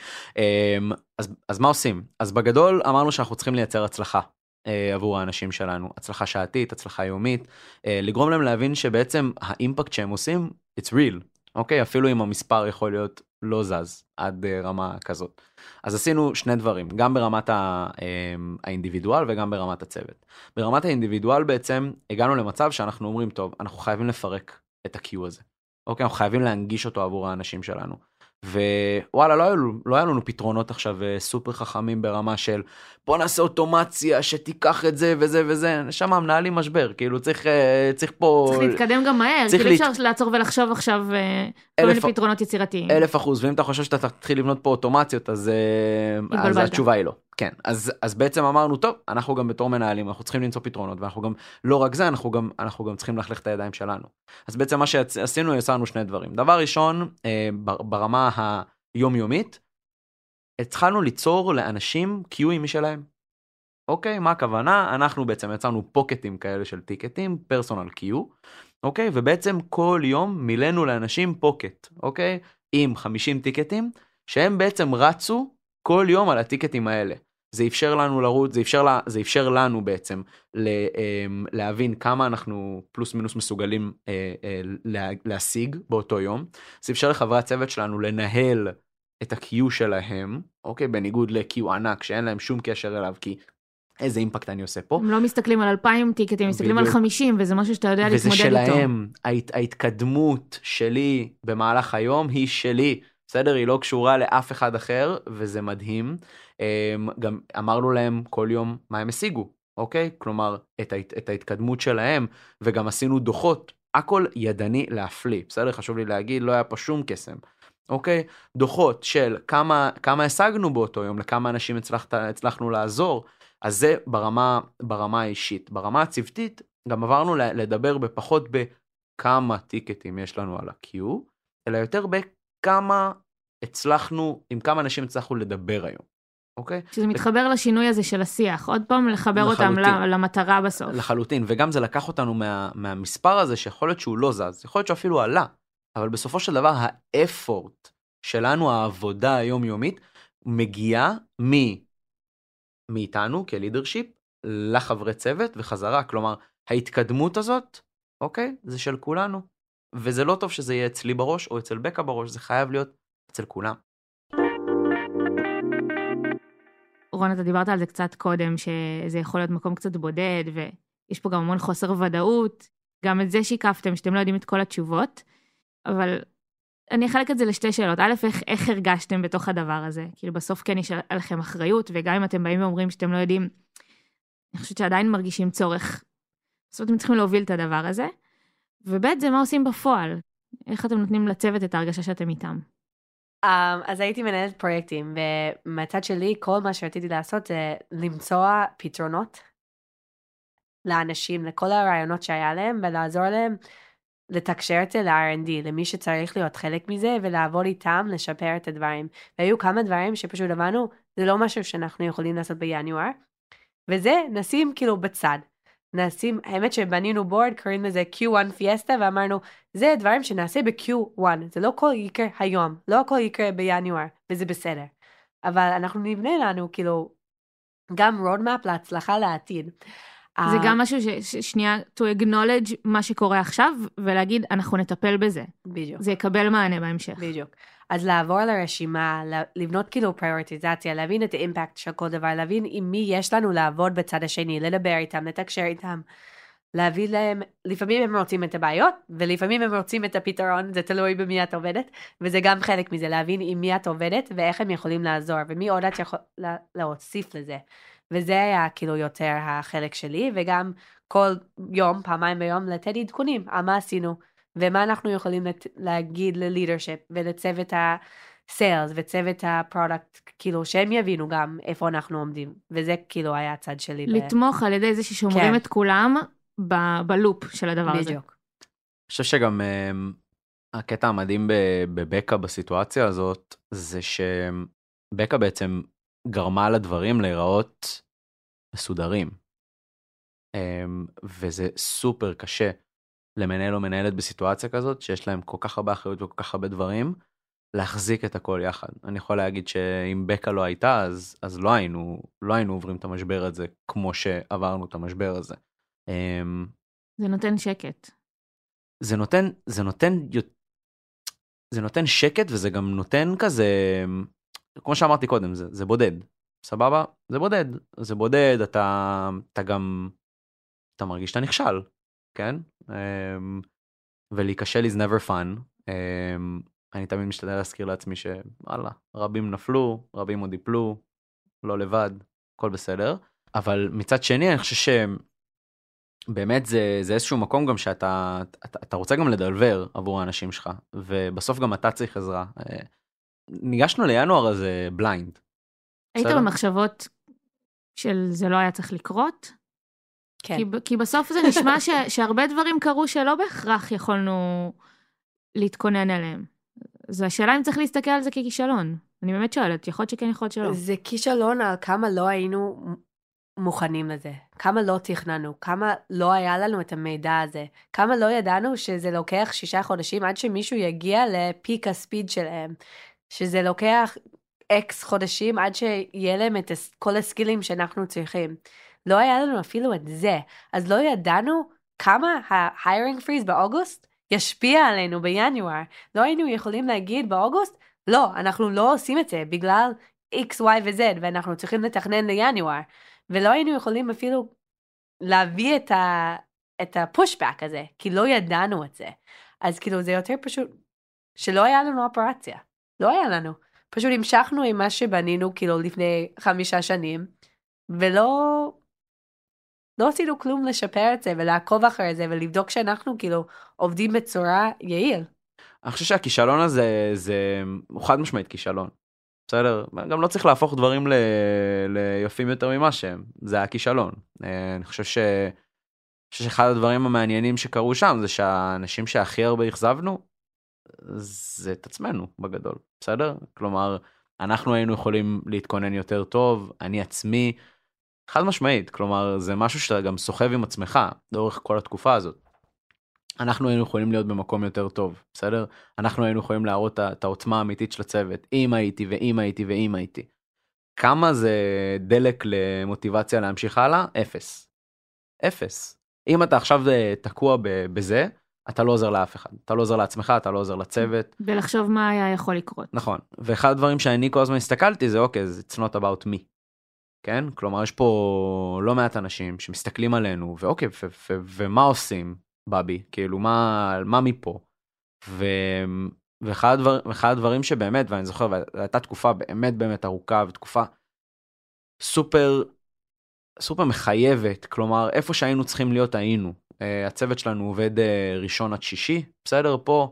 אז, אז מה עושים? אז בגדול אמרנו שאנחנו צריכים לייצר הצלחה עבור האנשים שלנו, הצלחה שעתית, הצלחה יומית, לגרום להם להבין שבעצם האימפקט שהם עושים, it's real. אוקיי, אפילו אם המספר יכול להיות לא זז עד רמה כזאת. אז עשינו שני דברים, גם ברמת האינדיבידואל וגם ברמת הצוות. ברמת האינדיבידואל בעצם הגענו למצב שאנחנו אומרים, טוב, אנחנו חייבים לפרק את ה-Q הזה. אוקיי, אנחנו חייבים להנגיש אותו עבור האנשים שלנו. ווואלה, לא היו, לא היה לנו פתרונות עכשיו סופר חכמים ברמה של בוא נעשה אוטומציה שתיקח את זה וזה וזה, שם מנהלים משבר, כאילו צריך, צריך פה... צריך להתקדם גם מהר, כאילו להת... אפשר לעצור ולחשוב עכשיו כל מיני פתרונות יצירתיים. אלף אחוז, ואם אתה חושב שאתה תתחיל לבנות פה אוטומציות, אז, אז התשובה היא לא. כן, אז, אז בעצם אמרנו, טוב, אנחנו גם בתור מנהלים, אנחנו צריכים למצוא פתרונות, ואנחנו גם, לא רק זה, אנחנו גם, אנחנו גם צריכים להחליך את הידיים שלנו. אז בעצם מה שעשינו, יצרנו שני דברים. דבר ראשון, ברמה היומיומית, התחלנו ליצור לאנשים קיואים משלהם. אוקיי, מה הכוונה? אנחנו בעצם יצרנו פוקטים כאלה של טיקטים, פרסונל קיו, אוקיי? ובעצם כל יום מילאנו לאנשים פוקט, אוקיי? עם חמישים טיקטים, שהם בעצם רצו כל יום על הטיקטים האלה. זה אפשר לנו לרוץ, זה אפשר, לה, זה אפשר לנו בעצם להבין כמה אנחנו פלוס מינוס מסוגלים להשיג באותו יום. זה אפשר לחברי הצוות שלנו לנהל את ה-Q שלהם, אוקיי? בניגוד ל-Q ענק שאין להם שום קשר אליו, כי איזה אימפקט אני עושה פה. הם לא מסתכלים על אלפיים טיקטים, הם מסתכלים על חמישים, וזה משהו שאתה יודע להתמודד איתו. וזה שלהם, ההת, ההתקדמות שלי במהלך היום היא שלי, בסדר? היא לא קשורה לאף אחד אחר, וזה מדהים. גם אמרנו להם כל יום מה הם השיגו, אוקיי? כלומר, את, ההת, את ההתקדמות שלהם, וגם עשינו דוחות, הכל ידני להפליא, בסדר? חשוב לי להגיד, לא היה פה שום קסם. אוקיי? דוחות של כמה, כמה השגנו באותו יום, לכמה אנשים הצלחת, הצלחנו לעזור, אז זה ברמה, ברמה האישית. ברמה הצוותית, גם עברנו לדבר בפחות בכמה טיקטים יש לנו על ה-Q, אלא יותר בכמה הצלחנו, עם כמה אנשים הצלחנו לדבר היום. אוקיי? שזה מתחבר לשינוי הזה של השיח, עוד פעם לחבר אותם למטרה בסוף. לחלוטין, וגם זה לקח אותנו מה, מהמספר הזה, שיכול להיות שהוא לא זז, יכול להיות שאפילו עלה, אבל בסופו של דבר, האפורט שלנו, העבודה היומיומית, מגיעה מ... מאיתנו כלידרשיפ, לחברי צוות וחזרה. כלומר, ההתקדמות הזאת, אוקיי, זה של כולנו. וזה לא טוב שזה יהיה אצלי בראש או אצל בקה בראש, זה חייב להיות אצל כולם. רון, אתה דיברת על זה קצת קודם, שזה יכול להיות מקום קצת בודד, ויש פה גם המון חוסר ודאות. גם את זה שיקפתם, שאתם לא יודעים את כל התשובות. אבל אני אחלק את זה לשתי שאלות. א', איך, איך הרגשתם בתוך הדבר הזה? כאילו בסוף כן יש עליכם אחריות, וגם אם אתם באים ואומרים שאתם לא יודעים, אני חושבת שעדיין מרגישים צורך. בסוף אתם צריכים להוביל את הדבר הזה. וב' זה מה עושים בפועל. איך אתם נותנים לצוות את ההרגשה שאתם איתם? Um, אז הייתי מנהלת פרויקטים, ומהצד שלי, כל מה שרציתי לעשות זה למצוא פתרונות לאנשים, לכל הרעיונות שהיה להם, ולעזור להם לתקשר את זה ל-אר אנד די, למי שצריך להיות חלק מזה, ולעבוד איתם, לשפר את הדברים. והיו כמה דברים שפשוט הבנו, זה לא משהו שאנחנו יכולים לעשות בינואר, וזה נשים כאילו בצד. נשים, האמת שבנינו בורד, קוראים לזה קיו וואן פיאסטה, ואמרנו, זה דברים שנעשה ב-קיו וואן, זה לא כל יקרה היום, לא הכל יקרה בינואר, וזה בסדר. אבל אנחנו נבנה לנו, כאילו, גם roadmap להצלחה לעתיד. זה גם משהו ש... ש... שנייה, to acknowledge מה שקורה עכשיו, ולהגיד, אנחנו נטפל בזה. בדיוק. זה יקבל מענה בהמשך. בדיוק. אז לעבור לרשימה, לבנות כאילו פריורטיזציה, להבין את האימפקט של כל דבר, להבין עם מי יש לנו לעבוד בצד השני, לדבר איתם, לתקשר איתם, להביא להם, לפעמים הם רוצים את הבעיות, ולפעמים הם רוצים את הפתרון, זה תלוי במי את עובדת, וזה גם חלק מזה, להבין עם מי את עובדת, ואיך הם יכולים לעזור, ומי עוד את יכול להוסיף לזה. וזה היה כאילו יותר החלק שלי, וגם כל יום, פעמיים ביום, לתת עדכונים על מה עשינו, ומה אנחנו יכולים לת... להגיד ל-leadership, ולצוות ה-sales, וצוות ה-product, כאילו שהם יבינו גם איפה אנחנו עומדים, וזה כאילו היה הצד שלי. לתמוך ב... על ידי זה ששומרים כן. את כולם ב- בלופ של הדבר בדיוק. הזה. בדיוק. אני חושב שגם uh, הקטע המדהים בבקה בסיטואציה הזאת, זה שבקה בעצם גרמה לדברים להיראות מסודרים. Um, וזה סופר קשה למנהל או מנהלת בסיטואציה כזאת, שיש להם כל כך הרבה אחריות וכל כך הרבה דברים, להחזיק את הכל יחד. אני יכול להגיד שאם בקה לא הייתה, אז, אז לא היינו, לא היינו עוברים את המשבר הזה, כמו שעברנו את המשבר הזה. Um, זה נותן שקט. זה נותן, זה נותן, זה נותן שקט, וזה גם נותן כזה, כמו שאמרתי קודם, זה, זה בודד. סבבה? זה בודד. זה בודד, אתה, אתה גם, אתה מרגיש שאתה נכשל, כן? ולהיכשל is never fun. אני תמיד משתדל להזכיר לעצמי שוואלה, רבים נפלו, רבים עוד ייפלו, לא לבד, הכל בסדר. אבל מצד שני, אני חושב שבאמת זה, זה איזשהו מקום גם שאתה, אתה, אתה רוצה גם לדלבר עבור האנשים שלך, ובסוף גם אתה צריך עזרה. ניגשנו לינואר הזה בליינד. היית במחשבות של זה לא היה צריך לקרות? כן. כי, כי בסוף זה נשמע ש, שהרבה דברים קרו שלא בהכרח יכולנו להתכונן אליהם. זו השאלה אם צריך להסתכל על זה ככישלון. אני באמת שואלת, יכול להיות שכן, יכול להיות שלא. זה כישלון על כמה לא היינו מוכנים לזה, כמה לא תכננו, כמה לא היה לנו את המידע הזה, כמה לא ידענו שזה לוקח שישה חודשים עד שמישהו יגיע לפיק הספיד שלהם, שזה לוקח אקס חודשים עד שיהיה להם את כל הסקילים שאנחנו צריכים. לא היה לנו אפילו את זה, אז לא ידענו כמה ה-hiring freeze באוגוסט ישפיע עלינו בינואר. לא היינו יכולים להגיד באוגוסט, לא, אנחנו לא עושים את זה בגלל X, Y ו-Z, ואנחנו צריכים לתכנן לינואר. ולא היינו יכולים אפילו להביא את ה, את הפושבק הזה, כי לא ידענו את זה. אז כאילו זה יותר פשוט, שלא היה לנו אופרציה. לא היה לנו. פשוט המשכנו עם מה שבנינו כאילו לפני חמישה שנים, ולא, לא עשינו כלום לשפר את זה, ולעקוב אחרי זה, ולבדוק שאנחנו כאילו עובדים בצורה יעיל. אני חושב שהכישלון הזה, זה חד משמעית כישלון. בסדר? גם לא צריך להפוך דברים ל... ליפים יותר ממה שהם. זה היה כישלון. אני חושב ש... שאחד הדברים המעניינים שקרו שם, זה שהאנשים שהכי הרבה הכזבנו, זה את עצמנו בגדול. בסדר? כלומר, אנחנו היינו יכולים להתכונן יותר טוב, אני עצמי, חד משמעית. כלומר, זה משהו שאתה גם סוחב עם עצמך, לאורך כל התקופה הזאת. אנחנו היינו יכולים להיות במקום יותר טוב, בסדר? אנחנו היינו יכולים להראות את העוצמה האמיתית של הצוות, אם הייתי ואם הייתי ואם הייתי. כמה זה דלק למוטיבציה להמשיך הלאה? אפס. אפס. אם אתה עכשיו תקוע בזה, אתה לא עוזר לאף אחד. אתה לא עוזר לעצמך, אתה לא עוזר לצוות. ולחשוב מה היה יכול לקרות. נכון. ואחד הדברים שאני כל הזמן הסתכלתי זה, אוקיי, it's not about me. כן? כלומר, יש פה לא מעט אנשים שמסתכלים עלינו, ואוקיי, ו- ו- ומה עושים? בבי, כאילו, מה, מה מפה? ו, ואחד הדבר, ואחד הדברים שבאמת, ואני זוכר, והייתה תקופה באמת באמת ארוכה, ותקופה סופר, סופר מחייבת, כלומר, איפה שהיינו צריכים להיות, היינו. Uh, הצוות שלנו עובד uh, ראשון עד שישי, בסדר? פה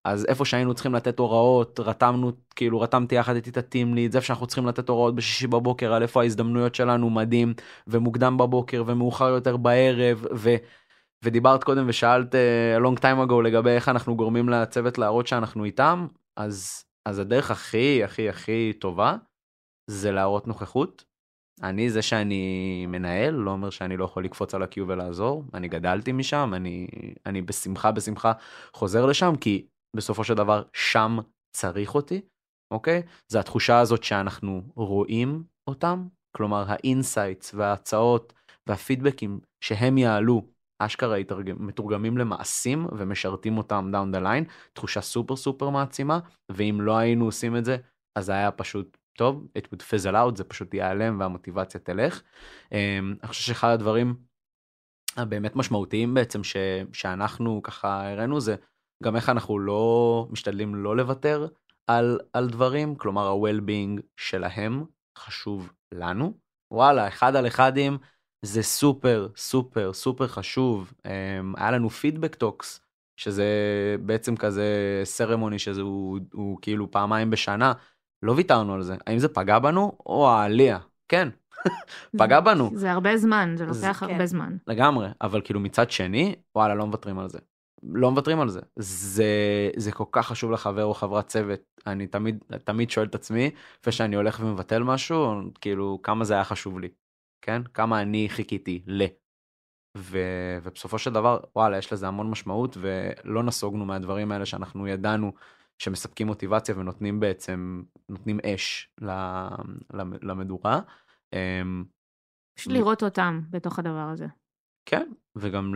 אז איפה שהיינו צריכים לתת הוראות, רתמנו, כאילו רתמתי יחד איתי את הטים ליד, איפה שאנחנו צריכים לתת הוראות בשישי בבוקר, על איפה ההזדמנויות שלנו מדהים, ומוקדם בבוקר, ומאוחר יותר בערב, ו... ודיברת קודם ושאלת a long time ago לגבי איך אנחנו גורמים לצוות להראות שאנחנו איתם, אז, אז הדרך הכי, הכי, הכי טובה, זה להראות נוכחות. אני זה שאני מנהל, לא אומר שאני לא יכול לקפוץ על הקיו ולעזור, אני גדלתי משם, אני, אני בשמחה, בשמחה חוזר לשם, כי בסופו של דבר שם צריך אותי, אוקיי? זה התחושה הזאת שאנחנו רואים אותם, כלומר האינסייטס וההצעות והפידבקים שהם יעלו, אשכרה מתורגמים למעשים ומשרתים אותם down the line, תחושה סופר סופר מעצימה, ואם לא היינו עושים את זה, אז זה היה פשוט טוב, it would fizzle out, זה פשוט ייעלם והמוטיבציה תלך. אני חושב שאחד הדברים הבאמת משמעותיים בעצם ש, שאנחנו ככה הראינו, זה גם איך אנחנו לא משתדלים לא לוותר על, על דברים, כלומר ה-well-being שלהם חשוב לנו. וואלה, אחד על אחדים, זה סופר, סופר, סופר חשוב. היה לנו פידבק טוקס, שזה בעצם כזה סרמוני, שזה הוא, הוא כאילו פעמיים בשנה, לא ויתרנו על זה. האם זה פגע בנו? או העלייה? כן, פגע בנו. זה הרבה זמן, זה לוקח כן. הרבה זמן. לגמרי, אבל כאילו מצד שני, וואלה, לא מוותרים על זה. לא מוותרים על זה. זה, זה כל כך חשוב לחבר או חברת צוות. אני תמיד, תמיד שואל את עצמי, לפני שאני הולך ומבטל משהו, כאילו, כמה זה היה חשוב לי. כן? כמה אני חיכיתי ל. ו, ובסופו של דבר, וואלה, יש לזה המון משמעות, ולא נסוגנו מהדברים האלה שאנחנו ידענו, שמספקים מוטיבציה ונותנים בעצם, נותנים אש למדורה. פשוט לראות אותם בתוך הדבר הזה. כן, וגם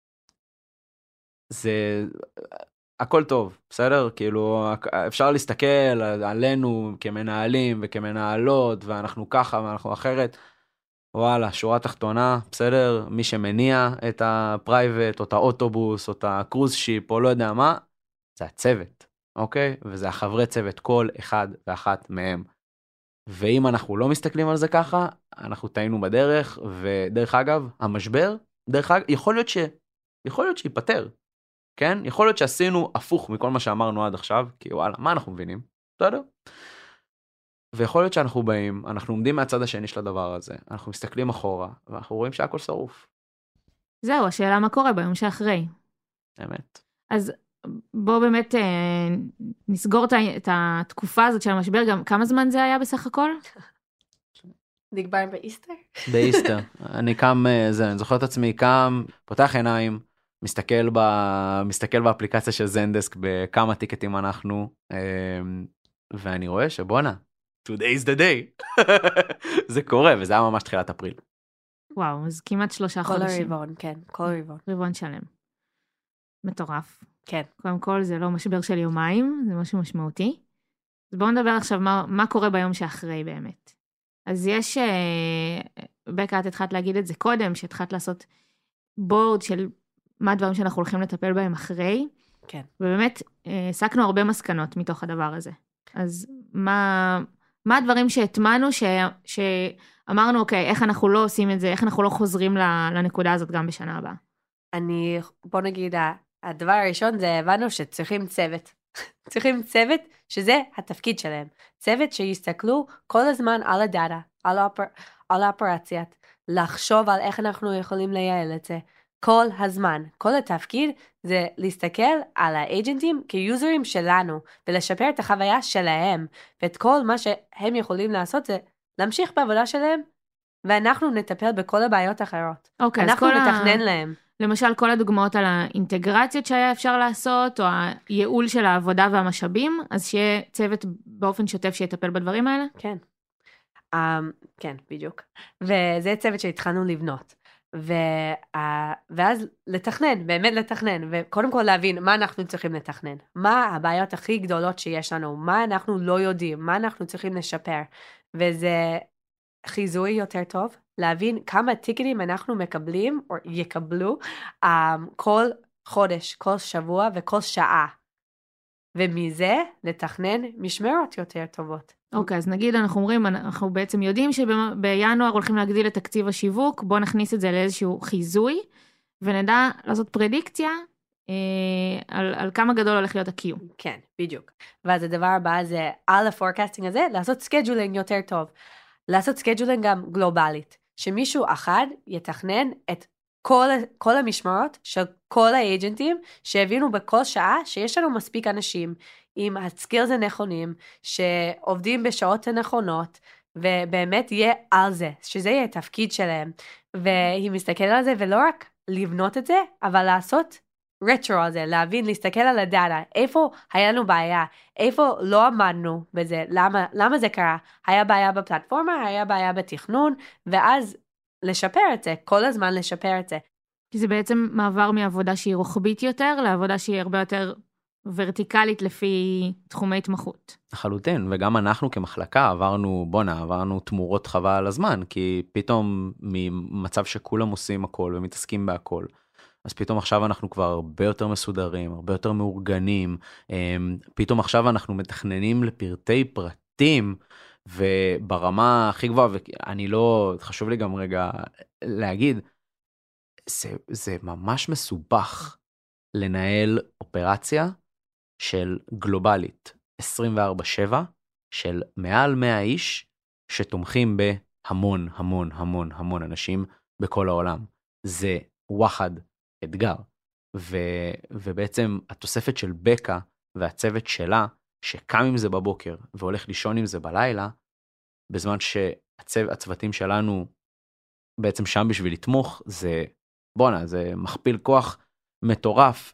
זה, הכל טוב, בסדר? כאילו, אפשר להסתכל עלינו כמנהלים וכמנהלות, ואנחנו ככה ואנחנו אחרת. וואלה, שורה תחתונה, בסדר? מי שמניע את הפרייבט, או את האוטובוס, או את הקרוז שיפ, או לא יודע מה, זה הצוות, אוקיי? וזה החברי צוות, כל אחד ואחת מהם. ואם אנחנו לא מסתכלים על זה ככה, אנחנו טעינו בדרך, ודרך אגב, המשבר, דרך אגב, יכול להיות ש... יכול להיות שיפטר, כן? יכול להיות שעשינו הפוך מכל מה שאמרנו עד עכשיו, כי וואלה, מה אנחנו מבינים? בסדר? ויכול להיות שאנחנו באים, אנחנו עומדים מהצד השני של הדבר הזה, אנחנו מסתכלים אחורה, ואנחנו רואים שהכל שרוף. זהו, השאלה מה קורה ביום שאחרי. אמת. אז בואו באמת אה, נסגור את התקופה הזאת של המשבר, גם כמה זמן זה היה בסך הכל? נגבר באיסטר? באיסטר. אני קם, זה, אני זוכר את עצמי, קם, פותח עיניים, מסתכל, ב, מסתכל באפליקציה של זנדסק, בכמה טיקטים אנחנו, אה, ואני רואה שבונה, today is the day. זה קורה, וזה היה ממש תחילת אפריל. וואו, אז כמעט שלושה כל חודשים. כל הרבעון, כן, כל הרבעון. רבעון שלם. מטורף. כן. קודם כל, זה לא משבר של יומיים, זה משהו משמעותי. אז בואו נדבר עכשיו מה, מה קורה ביום שאחרי באמת. אז יש, בקה, את התחלת להגיד את זה קודם, שהתחלת לעשות בורד של מה הדברים שאנחנו הולכים לטפל בהם אחרי. כן. ובאמת, הסקנו הרבה מסקנות מתוך הדבר הזה. אז מה, מה הדברים שהטמנו, ש, שאמרנו, אוקיי, איך אנחנו לא עושים את זה, איך אנחנו לא חוזרים לנקודה הזאת גם בשנה הבאה? אני, בוא נגיד, הדבר הראשון זה הבנו שצריכים צוות. צריכים צוות שזה התפקיד שלהם. צוות שיסתכלו כל הזמן על הדאטה, על, האופר, על האופרציית, לחשוב על איך אנחנו יכולים לייעל את זה. כל הזמן. כל התפקיד זה להסתכל על האג'נטים כיוזרים שלנו, ולשפר את החוויה שלהם. ואת כל מה שהם יכולים לעשות זה להמשיך בעבודה שלהם, ואנחנו נטפל בכל הבעיות האחרות. אוקיי, אנחנו אז כל נתכנן ה... להם. למשל, כל הדוגמאות על האינטגרציות שהיה אפשר לעשות, או הייעול של העבודה והמשאבים, אז שיהיה צוות באופן שוטף שיטפל בדברים האלה? כן. Um, כן, בדיוק. וזה צוות שהתחלנו לבנות. ו, uh, ואז לתכנן, באמת לתכנן, וקודם כל להבין מה אנחנו צריכים לתכנן, מה הבעיות הכי גדולות שיש לנו, מה אנחנו לא יודעים, מה אנחנו צריכים לשפר, וזה חיזוי יותר טוב, להבין כמה טיקטים אנחנו מקבלים, או יקבלו, um, כל חודש, כל שבוע וכל שעה, ומזה לתכנן משמרות יותר טובות. אוקיי, אז נגיד אנחנו אומרים, אנחנו בעצם יודעים שבינואר הולכים להגדיל את תקציב השיווק, בואו נכניס את זה לאיזשהו חיזוי, ונדע לעשות פרדיקציה על, על כמה גדול הולך להיות ה-Q. כן, בדיוק. ואז הדבר הבא זה, על הפורקסטינג הזה, לעשות סקייג'ולינג יותר טוב. לעשות סקייג'ולינג גם גלובלית. שמישהו אחד יתכנן את כל, כל המשמרות של כל האג'נטים, שהבינו בכל שעה שיש לנו מספיק אנשים עם הסקילס הנכונים, שעובדים בשעות הנכונות, ובאמת יהיה על זה, שזה יהיה התפקיד שלהם. והיא מסתכלת על זה, ולא רק לבנות את זה, אבל לעשות רטרו על זה, להבין, להסתכל על הדאטה, איפה היה לנו בעיה, איפה לא עמדנו בזה, למה, למה זה קרה, היה בעיה בפלטפורמה, היה בעיה בתכנון, ואז לשפר את זה, כל הזמן לשפר את זה. כי זה בעצם מעבר מעבודה שהיא רוחבית יותר, לעבודה שהיא הרבה יותר ורטיקלית לפי תחומי התמחות. לחלוטין, וגם אנחנו כמחלקה עברנו, בונה, עברנו תמורות חבל על הזמן, כי פתאום ממצב שכולם עושים הכל ומתעסקים בהכל, אז פתאום עכשיו אנחנו כבר הרבה יותר מסודרים, הרבה יותר מאורגנים, פתאום עכשיו אנחנו מתכננים לפרטי פרטים, וברמה הכי גבוהה, ואני לא, חשוב לי גם רגע להגיד, זה, זה ממש מסובך לנהל אופרציה של גלובלית, עשרים וארבע שבע, של מעל מאה איש, שתומכים בהמון, המון, המון, המון אנשים בכל העולם. זה וואחד אתגר. ו, ובעצם התוספת של בקה והצוות שלה, שקם עם זה בבוקר והולך לישון עם זה בלילה, בזמן שהצוותים שלנו בעצם שם בשביל לתמוך, זה, בונה, זה מכפיל כוח מטורף,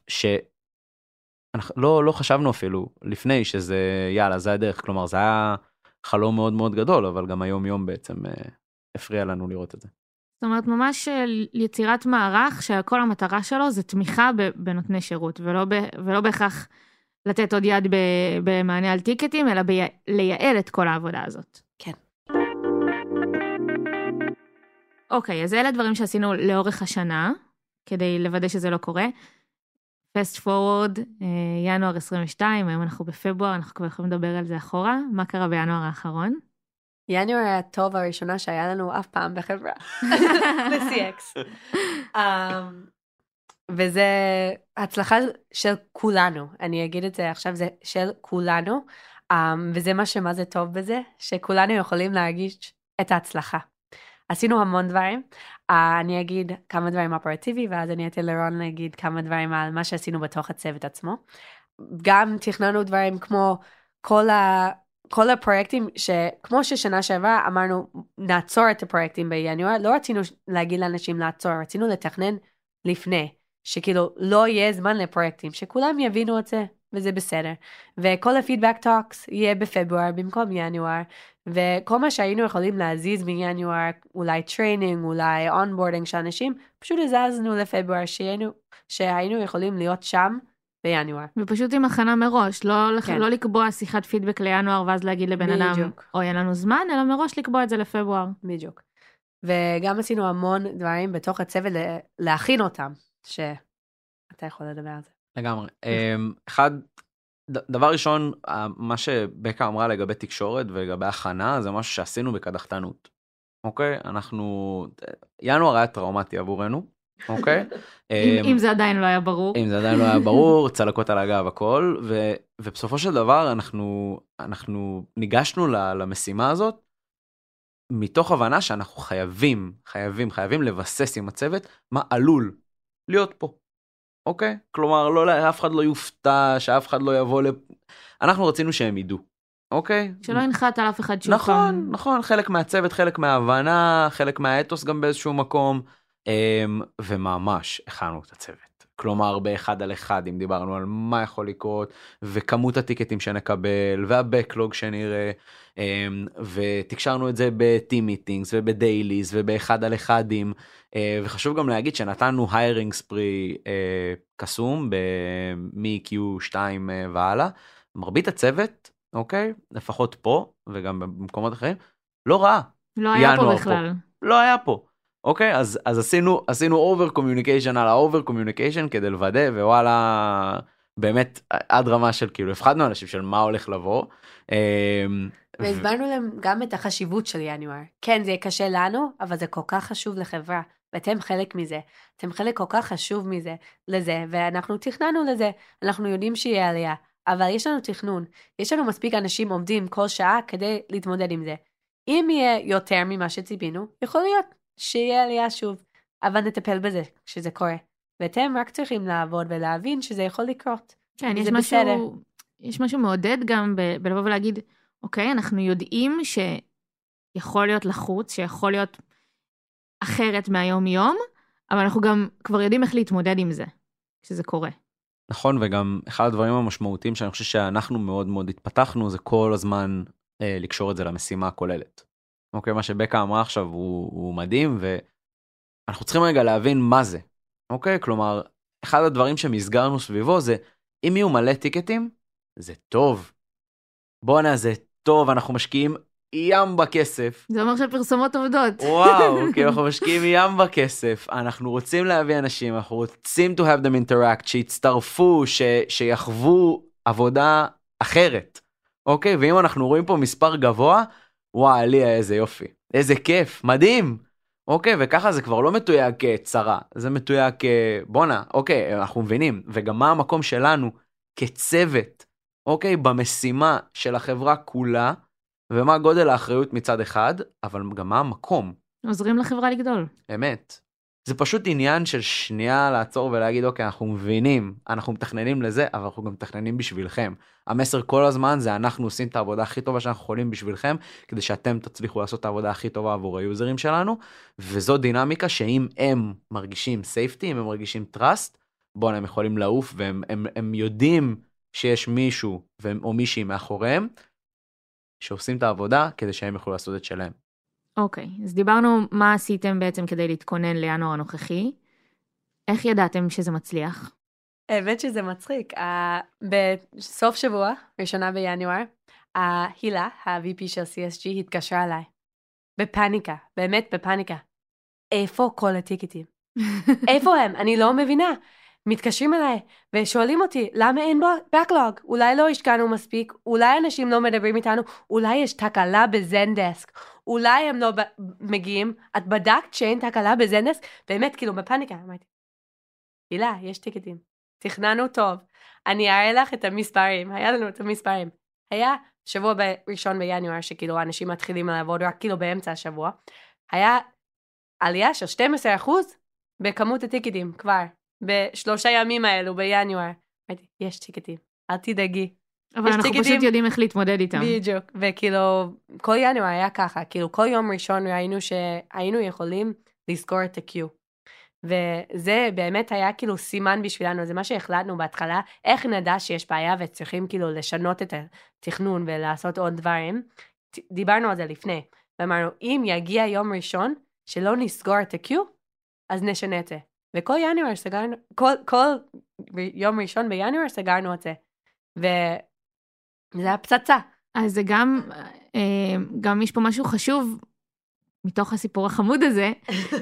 שאנחנו לא, לא חשבנו אפילו לפני שזה, יאללה, זה הדרך, כלומר, זה היה חלום מאוד מאוד גדול, אבל גם היום יום בעצם אה, הפריע לנו לראות את זה. זאת אומרת, ממש יצירת מערך, שכל המטרה שלו זה תמיכה בנותני שירות, ולא, ב, ולא בהכרח לתת עוד יד במענה על טיקטים, אלא בי, לייעל את כל העבודה הזאת. כן. אוקיי, אז אלה דברים שעשינו לאורך השנה, כדי לוודא שזה לא קורה. Fast forward, ינואר עשרים ושתיים, היום אנחנו בפברואר, אנחנו כבר יכולים לדבר על זה אחורה. מה קרה בינואר האחרון? ינואר היה הטוב הראשונה שהיה לנו אף פעם בחברה, ב-סי אקס. um, וזה הצלחה של כולנו, אני אגיד את זה עכשיו, זה של כולנו, um, וזה מה שמה זה טוב בזה, שכולנו יכולים להרגיש את ההצלחה. עשינו המון דברים, uh, אני אגיד כמה דברים אופרטיבי, ואז אני אתן לרון להגיד כמה דברים על מה שעשינו בתוך הצוות עצמו. גם תכננו דברים כמו כל ה... כל הפרויקטים שכמו ששנה שעברה אמרנו נעצור את הפרויקטים בינואר, לא רצינו להגיד לאנשים לעצור, רצינו לתכנן לפני, שכאילו לא יהיה זמן לפרויקטים, שכולם יבינו את זה, וזה בסדר. וכל הפידבק טוקס יהיה בפברואר במקום ינואר, וכל מה שהיינו יכולים להזיז מינואר, אולי טריינינג, אולי אונבורדינג של אנשים, פשוט הזזנו לפברואר, שהיינו, שהיינו יכולים להיות שם, בינואר. ופשוט עם הכנה מראש, לא, כן. לא לקבוע שיחת פידבק לינואר, ואז להגיד לבן אדם, או אין לנו זמן, אלא מראש לקבוע את זה לפברואר. בדיוק. וגם עשינו המון דברים בתוך הצוות להכין אותם, שאתה יכול לדבר על זה. לגמרי. אחד, דבר ראשון, מה שבקה אמרה לגבי תקשורת ולגבי הכנה, זה משהו שעשינו בקדחתנות. אוקיי? אנחנו, ינואר היה טראומטי עבורנו. אוקיי? אם זה עדיין לא היה ברור. אם זה עדיין לא היה ברור, צלקות על הגב הכל, ו, ובסופו של דבר אנחנו, אנחנו ניגשנו למשימה הזאת, מתוך הבנה שאנחנו חייבים, חייבים, חייבים לבסס עם הצוות, מה עלול להיות פה. אוקיי? כלומר, לא, אף אחד לא יופתע, שאף אחד לא יבוא לפ... אנחנו רצינו שהם ידעו. אוקיי? שלא ינחת על אף אחד שוב. נכון, נכון, חלק מהצוות, חלק מההבנה, חלק מהאתוס גם באיזשהו מקום, וממש הכנו את הצוות. כלומר, באחד על אחד, אם דיברנו על מה יכול לקרות, וכמות הטיקטים שנקבל, והבקלוג שנראה, ותקשרנו את זה בטים מיטינגס, ובדייליז, ובאחד על אחדים, וחשוב גם להגיד שנתנו היירינג ספרי קסום, מ-קיו שתיים והלאה, מרבית הצוות, אוקיי, לפחות פה, וגם במקומות אחרים, לא רע. לא היה פה בכלל. פה. לא היה פה. אוקיי, אז, אז עשינו, עשינו אובר קומיוניקיישן על האובר קומיוניקיישן כדי לוודא, ווואלה, באמת עד רמה של כאילו, הפחדנו אנשים של מה הולך לבוא. והסברנו להם גם את החשיבות של ינואר. כן, זה יהיה קשה לנו, אבל זה כל כך חשוב לחברה. ואתם חלק מזה, אתם חלק כל כך חשוב מזה, לזה, ואנחנו תכננו לזה, אנחנו יודעים שיהיה עלייה, אבל יש לנו תכנון, יש לנו מספיק אנשים עומדים כל שעה כדי להתמודד עם זה. אם יהיה יותר ממה שציפינו, יכול להיות שיהיה עלייה שוב, אבל נטפל בזה כשזה קורה. ואתם רק צריכים לעבוד ולהבין שזה יכול לקרות. כן, יש משהו, יש משהו מעודד גם ב- בלבוא ולהגיד, אוקיי, אנחנו יודעים שיכול להיות לחוץ, שיכול להיות אחרת מהיום יום, אבל אנחנו גם כבר יודעים איך להתמודד עם זה, כשזה קורה. נכון, וגם אחד הדברים המשמעותיים שאני חושב שאנחנו מאוד מאוד התפתחנו, זה כל הזמן אה, לקשור את זה למשימה הכוללת. אוקיי, מה שבקה אמרה עכשיו הוא, הוא מדהים, ואנחנו צריכים רגע להבין מה זה. אוקיי, כלומר, אחד הדברים שמסגרנו סביבו זה, אם יהיו מלא טיקטים, זה טוב. בוא נה, זה טוב, אנחנו משקיעים ים בכסף. זה אומר שפרסומות עובדות. וואו, כי אנחנו משקיעים ים בכסף, אנחנו רוצים להביא אנשים, אנחנו רוצים to have them interact, שיצטרפו, ש, שיחוו עבודה אחרת. אוקיי, ואם אנחנו רואים פה מספר גבוה, וואו, עליה, איזה יופי, איזה כיף, מדהים. אוקיי, וככה זה כבר לא מתויג כצרה, זה מתויג כבונה, אוקיי, אנחנו מבינים, וגם מה המקום שלנו כצוות, אוקיי, במשימה של החברה כולה, ומה גודל האחריות מצד אחד, אבל גם מה המקום. עוזרים לחברה לגדול. אמת. זה פשוט עניין של שנייה לעצור ולהגיד, אוקיי, אנחנו מבינים, אנחנו מתכננים לזה, אבל אנחנו גם מתכננים בשבילכם. המסר כל הזמן זה אנחנו עושים את העבודה הכי טובה שאנחנו יכולים בשבילכם, כדי שאתם תצליחו לעשות את העבודה הכי טובה עבור היוזרים שלנו, וזו דינמיקה שאם הם מרגישים safety, אם הם מרגישים trust, בואו, הם יכולים לעוף, והם הם, הם יודעים שיש מישהו או מישהי מאחוריהם, שעושים את העבודה כדי שהם יוכלו לעשות את שלהם. אוקיי, אז דיברנו מה עשיתם בעצם כדי להתכונן לינואר הנוכחי. איך ידעתם שזה מצליח? האמת שזה מצחיק. Uh, בסוף שבוע, ראשונה בינואר, הילה, ה-וי פי של סי אס ג'י, התקשרה אליי. בפאניקה, באמת בפאניקה. איפה כל הטיקטים? איפה הם? אני לא מבינה. מתקשרים אליי ושואלים אותי, למה אין בקלוג? אולי לא השקענו מספיק, אולי אנשים לא מדברים איתנו, אולי יש תקלה בזנדסק, אולי הם לא מגיעים, את בדקת שאין תקלה בזנדסק? באמת, כאילו, בפאניקה, אמרתי, הילה, יש טיקטים, תכננו טוב, אני אראה לך את המספרים, היה לנו את המספרים, היה שבוע ראשון בינואר, שכאילו אנשים מתחילים לעבוד רק כאילו באמצע השבוע, היה עלייה של שנים עשר אחוז בכמות הטיקטים, כבר. בשלושה ימים האלו, בינואר. יש טיקטים, אל תדאגי. אבל אנחנו טיקטים, פשוט יודעים איך להתמודד איתם. בדיוק, וכאילו, כל ינואר היה ככה, כאילו כל יום ראשון ראינו שהיינו יכולים לזכור את ה-Q. וזה באמת היה כאילו סימן בשבילנו, זה מה שהחלטנו בהתחלה, איך נדע שיש בעיה וצריכים כאילו לשנות את התכנון ולעשות עוד דברים. דיברנו על זה לפני, ואמרנו, אם יגיע יום ראשון שלא נסגור את ה-Q, אז נשנה את זה. וכל ינואר סגרנו, כל, כל יום ראשון בינואר סגרנו את זה. וזה היה פצצה. אז זה גם, גם יש פה משהו חשוב, מתוך הסיפור החמוד הזה,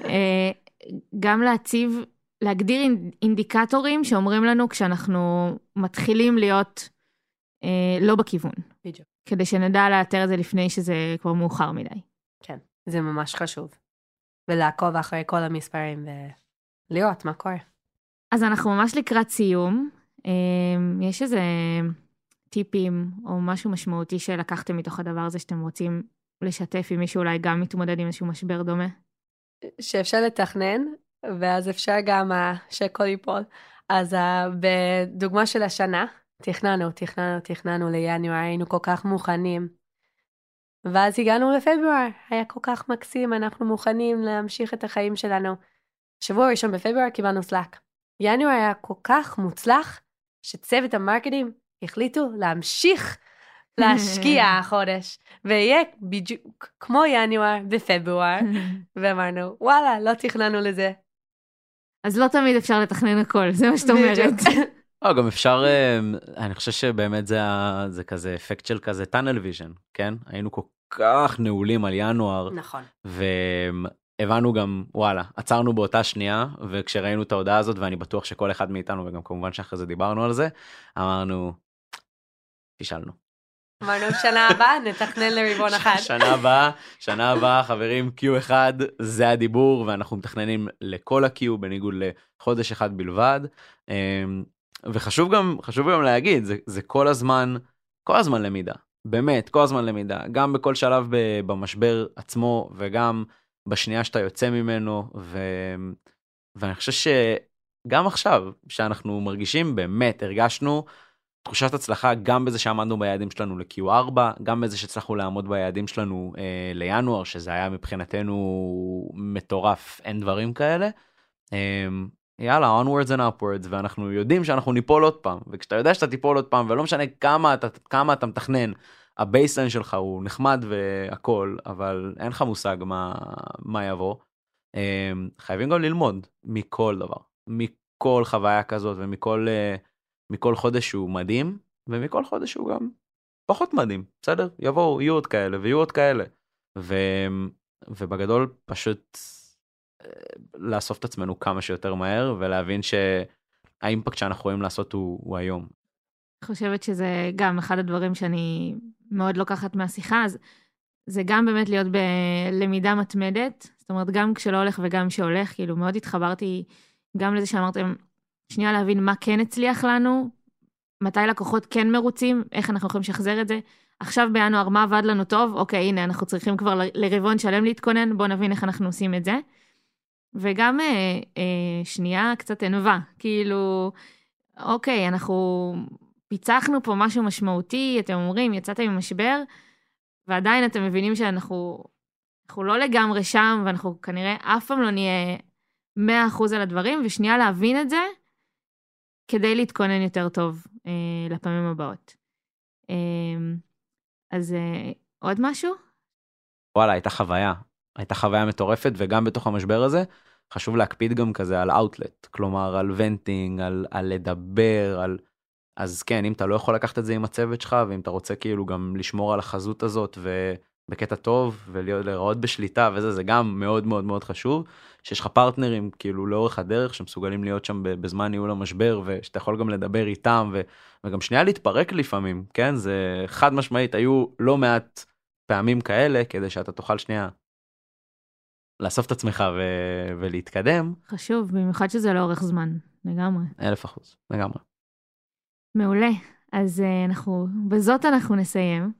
גם להציב, להגדיר אינדיקטורים שאומרים לנו כשאנחנו מתחילים להיות לא בכיוון. בדיוק. כדי שנדע לאתר את זה לפני שזה כבר מאוחר מדי. כן, זה ממש חשוב. ולעקוב אחרי כל המספרים ו... לראות מה קורה. אז אנחנו ממש לקראת סיום. יש איזה טיפים או משהו משמעותי שלקחתם מתוך הדבר הזה שאתם רוצים לשתף עם מישהו אולי גם מתמודד עם איזשהו משבר דומה? שאפשר לתכנן, ואז אפשר גם שהכל ייפול. אז בדוגמה של השנה, תכננו, תכננו, תכננו לינואר, היינו כל כך מוכנים. ואז הגענו לפברואר, היה כל כך מקסים, אנחנו מוכנים להמשיך את החיים שלנו. שבוע ראשון בפברואר קיבלנו סלאק. ינואר היה כל כך מוצלח, שצוות המרקטינג החליטו להמשיך להשקיע החודש, ויהיה בדיוק כמו ינואר בפברואר, ואמרנו, וואלה, לא תכננו לזה. אז לא תמיד אפשר לתכנן הכל, זה מה שאת אומרת. לא, גם אפשר, אני חושב שבאמת זה, זה כזה אפקט של כזה טאנל ויז'ן, כן? היינו כל כך נעולים על ינואר. נכון. ו... הבנו גם, וואלה, עצרנו באותה שנייה, וכשראינו את ההודעה הזאת, ואני בטוח שכל אחד מאיתנו, וגם כמובן שאחרי זה דיברנו על זה, אמרנו, פישלנו. אמרנו, שנה הבאה נתכנן לריבון אחד. שנה הבאה, שנה הבאה, חברים, קיו אחד, זה הדיבור, ואנחנו מתכננים לכל ה-Q, בניגוד לחודש אחד בלבד. וחשוב גם, חשוב גם להגיד, זה, זה כל הזמן, כל הזמן למידה. באמת, כל הזמן למידה. גם בכל שלב במשבר עצמו, וגם בשנייה שאתה יוצא ממנו, ו... ואני חושב שגם עכשיו, שאנחנו מרגישים, באמת, הרגשנו תחושת הצלחה גם בזה שעמדנו ביעדים שלנו ל-קיו ארבע, גם בזה שהצלחנו לעמוד ביעדים שלנו אה, לינואר, שזה היה מבחינתנו מטורף, אין דברים כאלה. אה, יאללה, onwards and upwards, ואנחנו יודעים שאנחנו ניפול עוד פעם, וכשאתה יודע שאתה תיפול עוד פעם, ולא משנה כמה אתה, כמה אתה מתכנן, הבייסליין שלך הוא נחמד והכל, אבל אין לך מושג מה, מה יבוא. אה, חייבים גם ללמוד מכל דבר, מכל חוויה כזאת, ומכל... אה, מכל חודש הוא מדהים, ומכל חודש הוא גם פחות מדהים, בסדר? יבואו, יהיו עוד כאלה, ויהיו עוד כאלה. ו... ובגדול פשוט לאסוף את עצמנו כמה שיותר מהר, ולהבין שהאימפקט שאנחנו רואים לעשות הוא, הוא היום. אני חושבת שזה גם אחד הדברים שאני מאוד לוקחת מהשיחה, אז זה גם באמת להיות בלמידה מתמדת, זאת אומרת, גם כשלא הולך וגם שהולך, כאילו מאוד התחברתי גם לזה שאמרתם, שנייה להבין מה כן הצליח לנו, מתי לקוחות כן מרוצים, איך אנחנו יכולים לשחזר את זה. עכשיו בינואר, מה עבד לנו טוב? אוקיי, הנה, אנחנו צריכים כבר ל- לרבעון שלם להתכונן, בואו נבין איך אנחנו עושים את זה. וגם אה, אה, שנייה קצת ענווה, כאילו, אוקיי, אנחנו פיצחנו פה משהו משמעותי, אתם אומרים, יצאתם ממשבר, ועדיין אתם מבינים שאנחנו אנחנו לא לגמרי שם, ואנחנו כנראה אף פעם לא נהיה מאה אחוז על הדברים, ושנייה להבין את זה, כדי להתכונן יותר טוב אה, לפעמים הבאות. אה, אז אה, עוד משהו? וואלה, הייתה חוויה. הייתה חוויה מטורפת, וגם בתוך המשבר הזה, חשוב להקפיד גם כזה על אאוטלט, כלומר על ונטינג, על, על לדבר, על... אז כן, אם אתה לא יכול לקחת את זה עם הצוות שלך, ואם אתה רוצה כאילו גם לשמור על החזות הזאת, ובקטע טוב, ולהיראות בשליטה וזה, זה גם מאוד מאוד מאוד חשוב, שיש לך פרטנרים כאילו לאורך הדרך, שמסוגלים להיות שם בזמן ניהול המשבר, ושאתה יכול גם לדבר איתם, ו... וגם שנייה להתפרק לפעמים, כן? זה חד משמעית, היו לא מעט פעמים כאלה, כדי שאתה תוכל שנייה לאסוף את עצמך ו... ולהתקדם. חשוב, במיוחד שזה לאורך זמן, לגמרי. אלף אחוז, לגמרי. מעולה. אז אנחנו, בזאת אנחנו נסיים.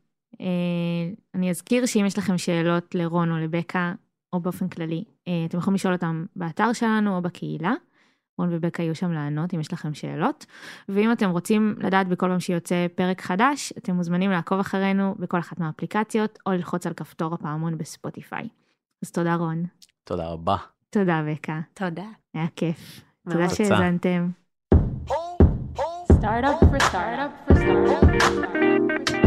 אני אזכיר שאם יש לכם שאלות לרון או לבקה, או באופן כללי, אתם יכולים לשאול אותם באתר שלנו או בקהילה. רון ובקה יהיו שם לענות אם יש לכם שאלות. ואם אתם רוצים לדעת בכל פעם שיוצא פרק חדש, אתם מוזמנים לעקוב אחרינו בכל אחת מהאפליקציות, או ללחוץ על כפתור הפעמון בספוטיפיי. אז תודה רון. תודה רבה. תודה בקה. תודה. היה כיף. תודה שהזנתם. Start up for start up for start up for start up.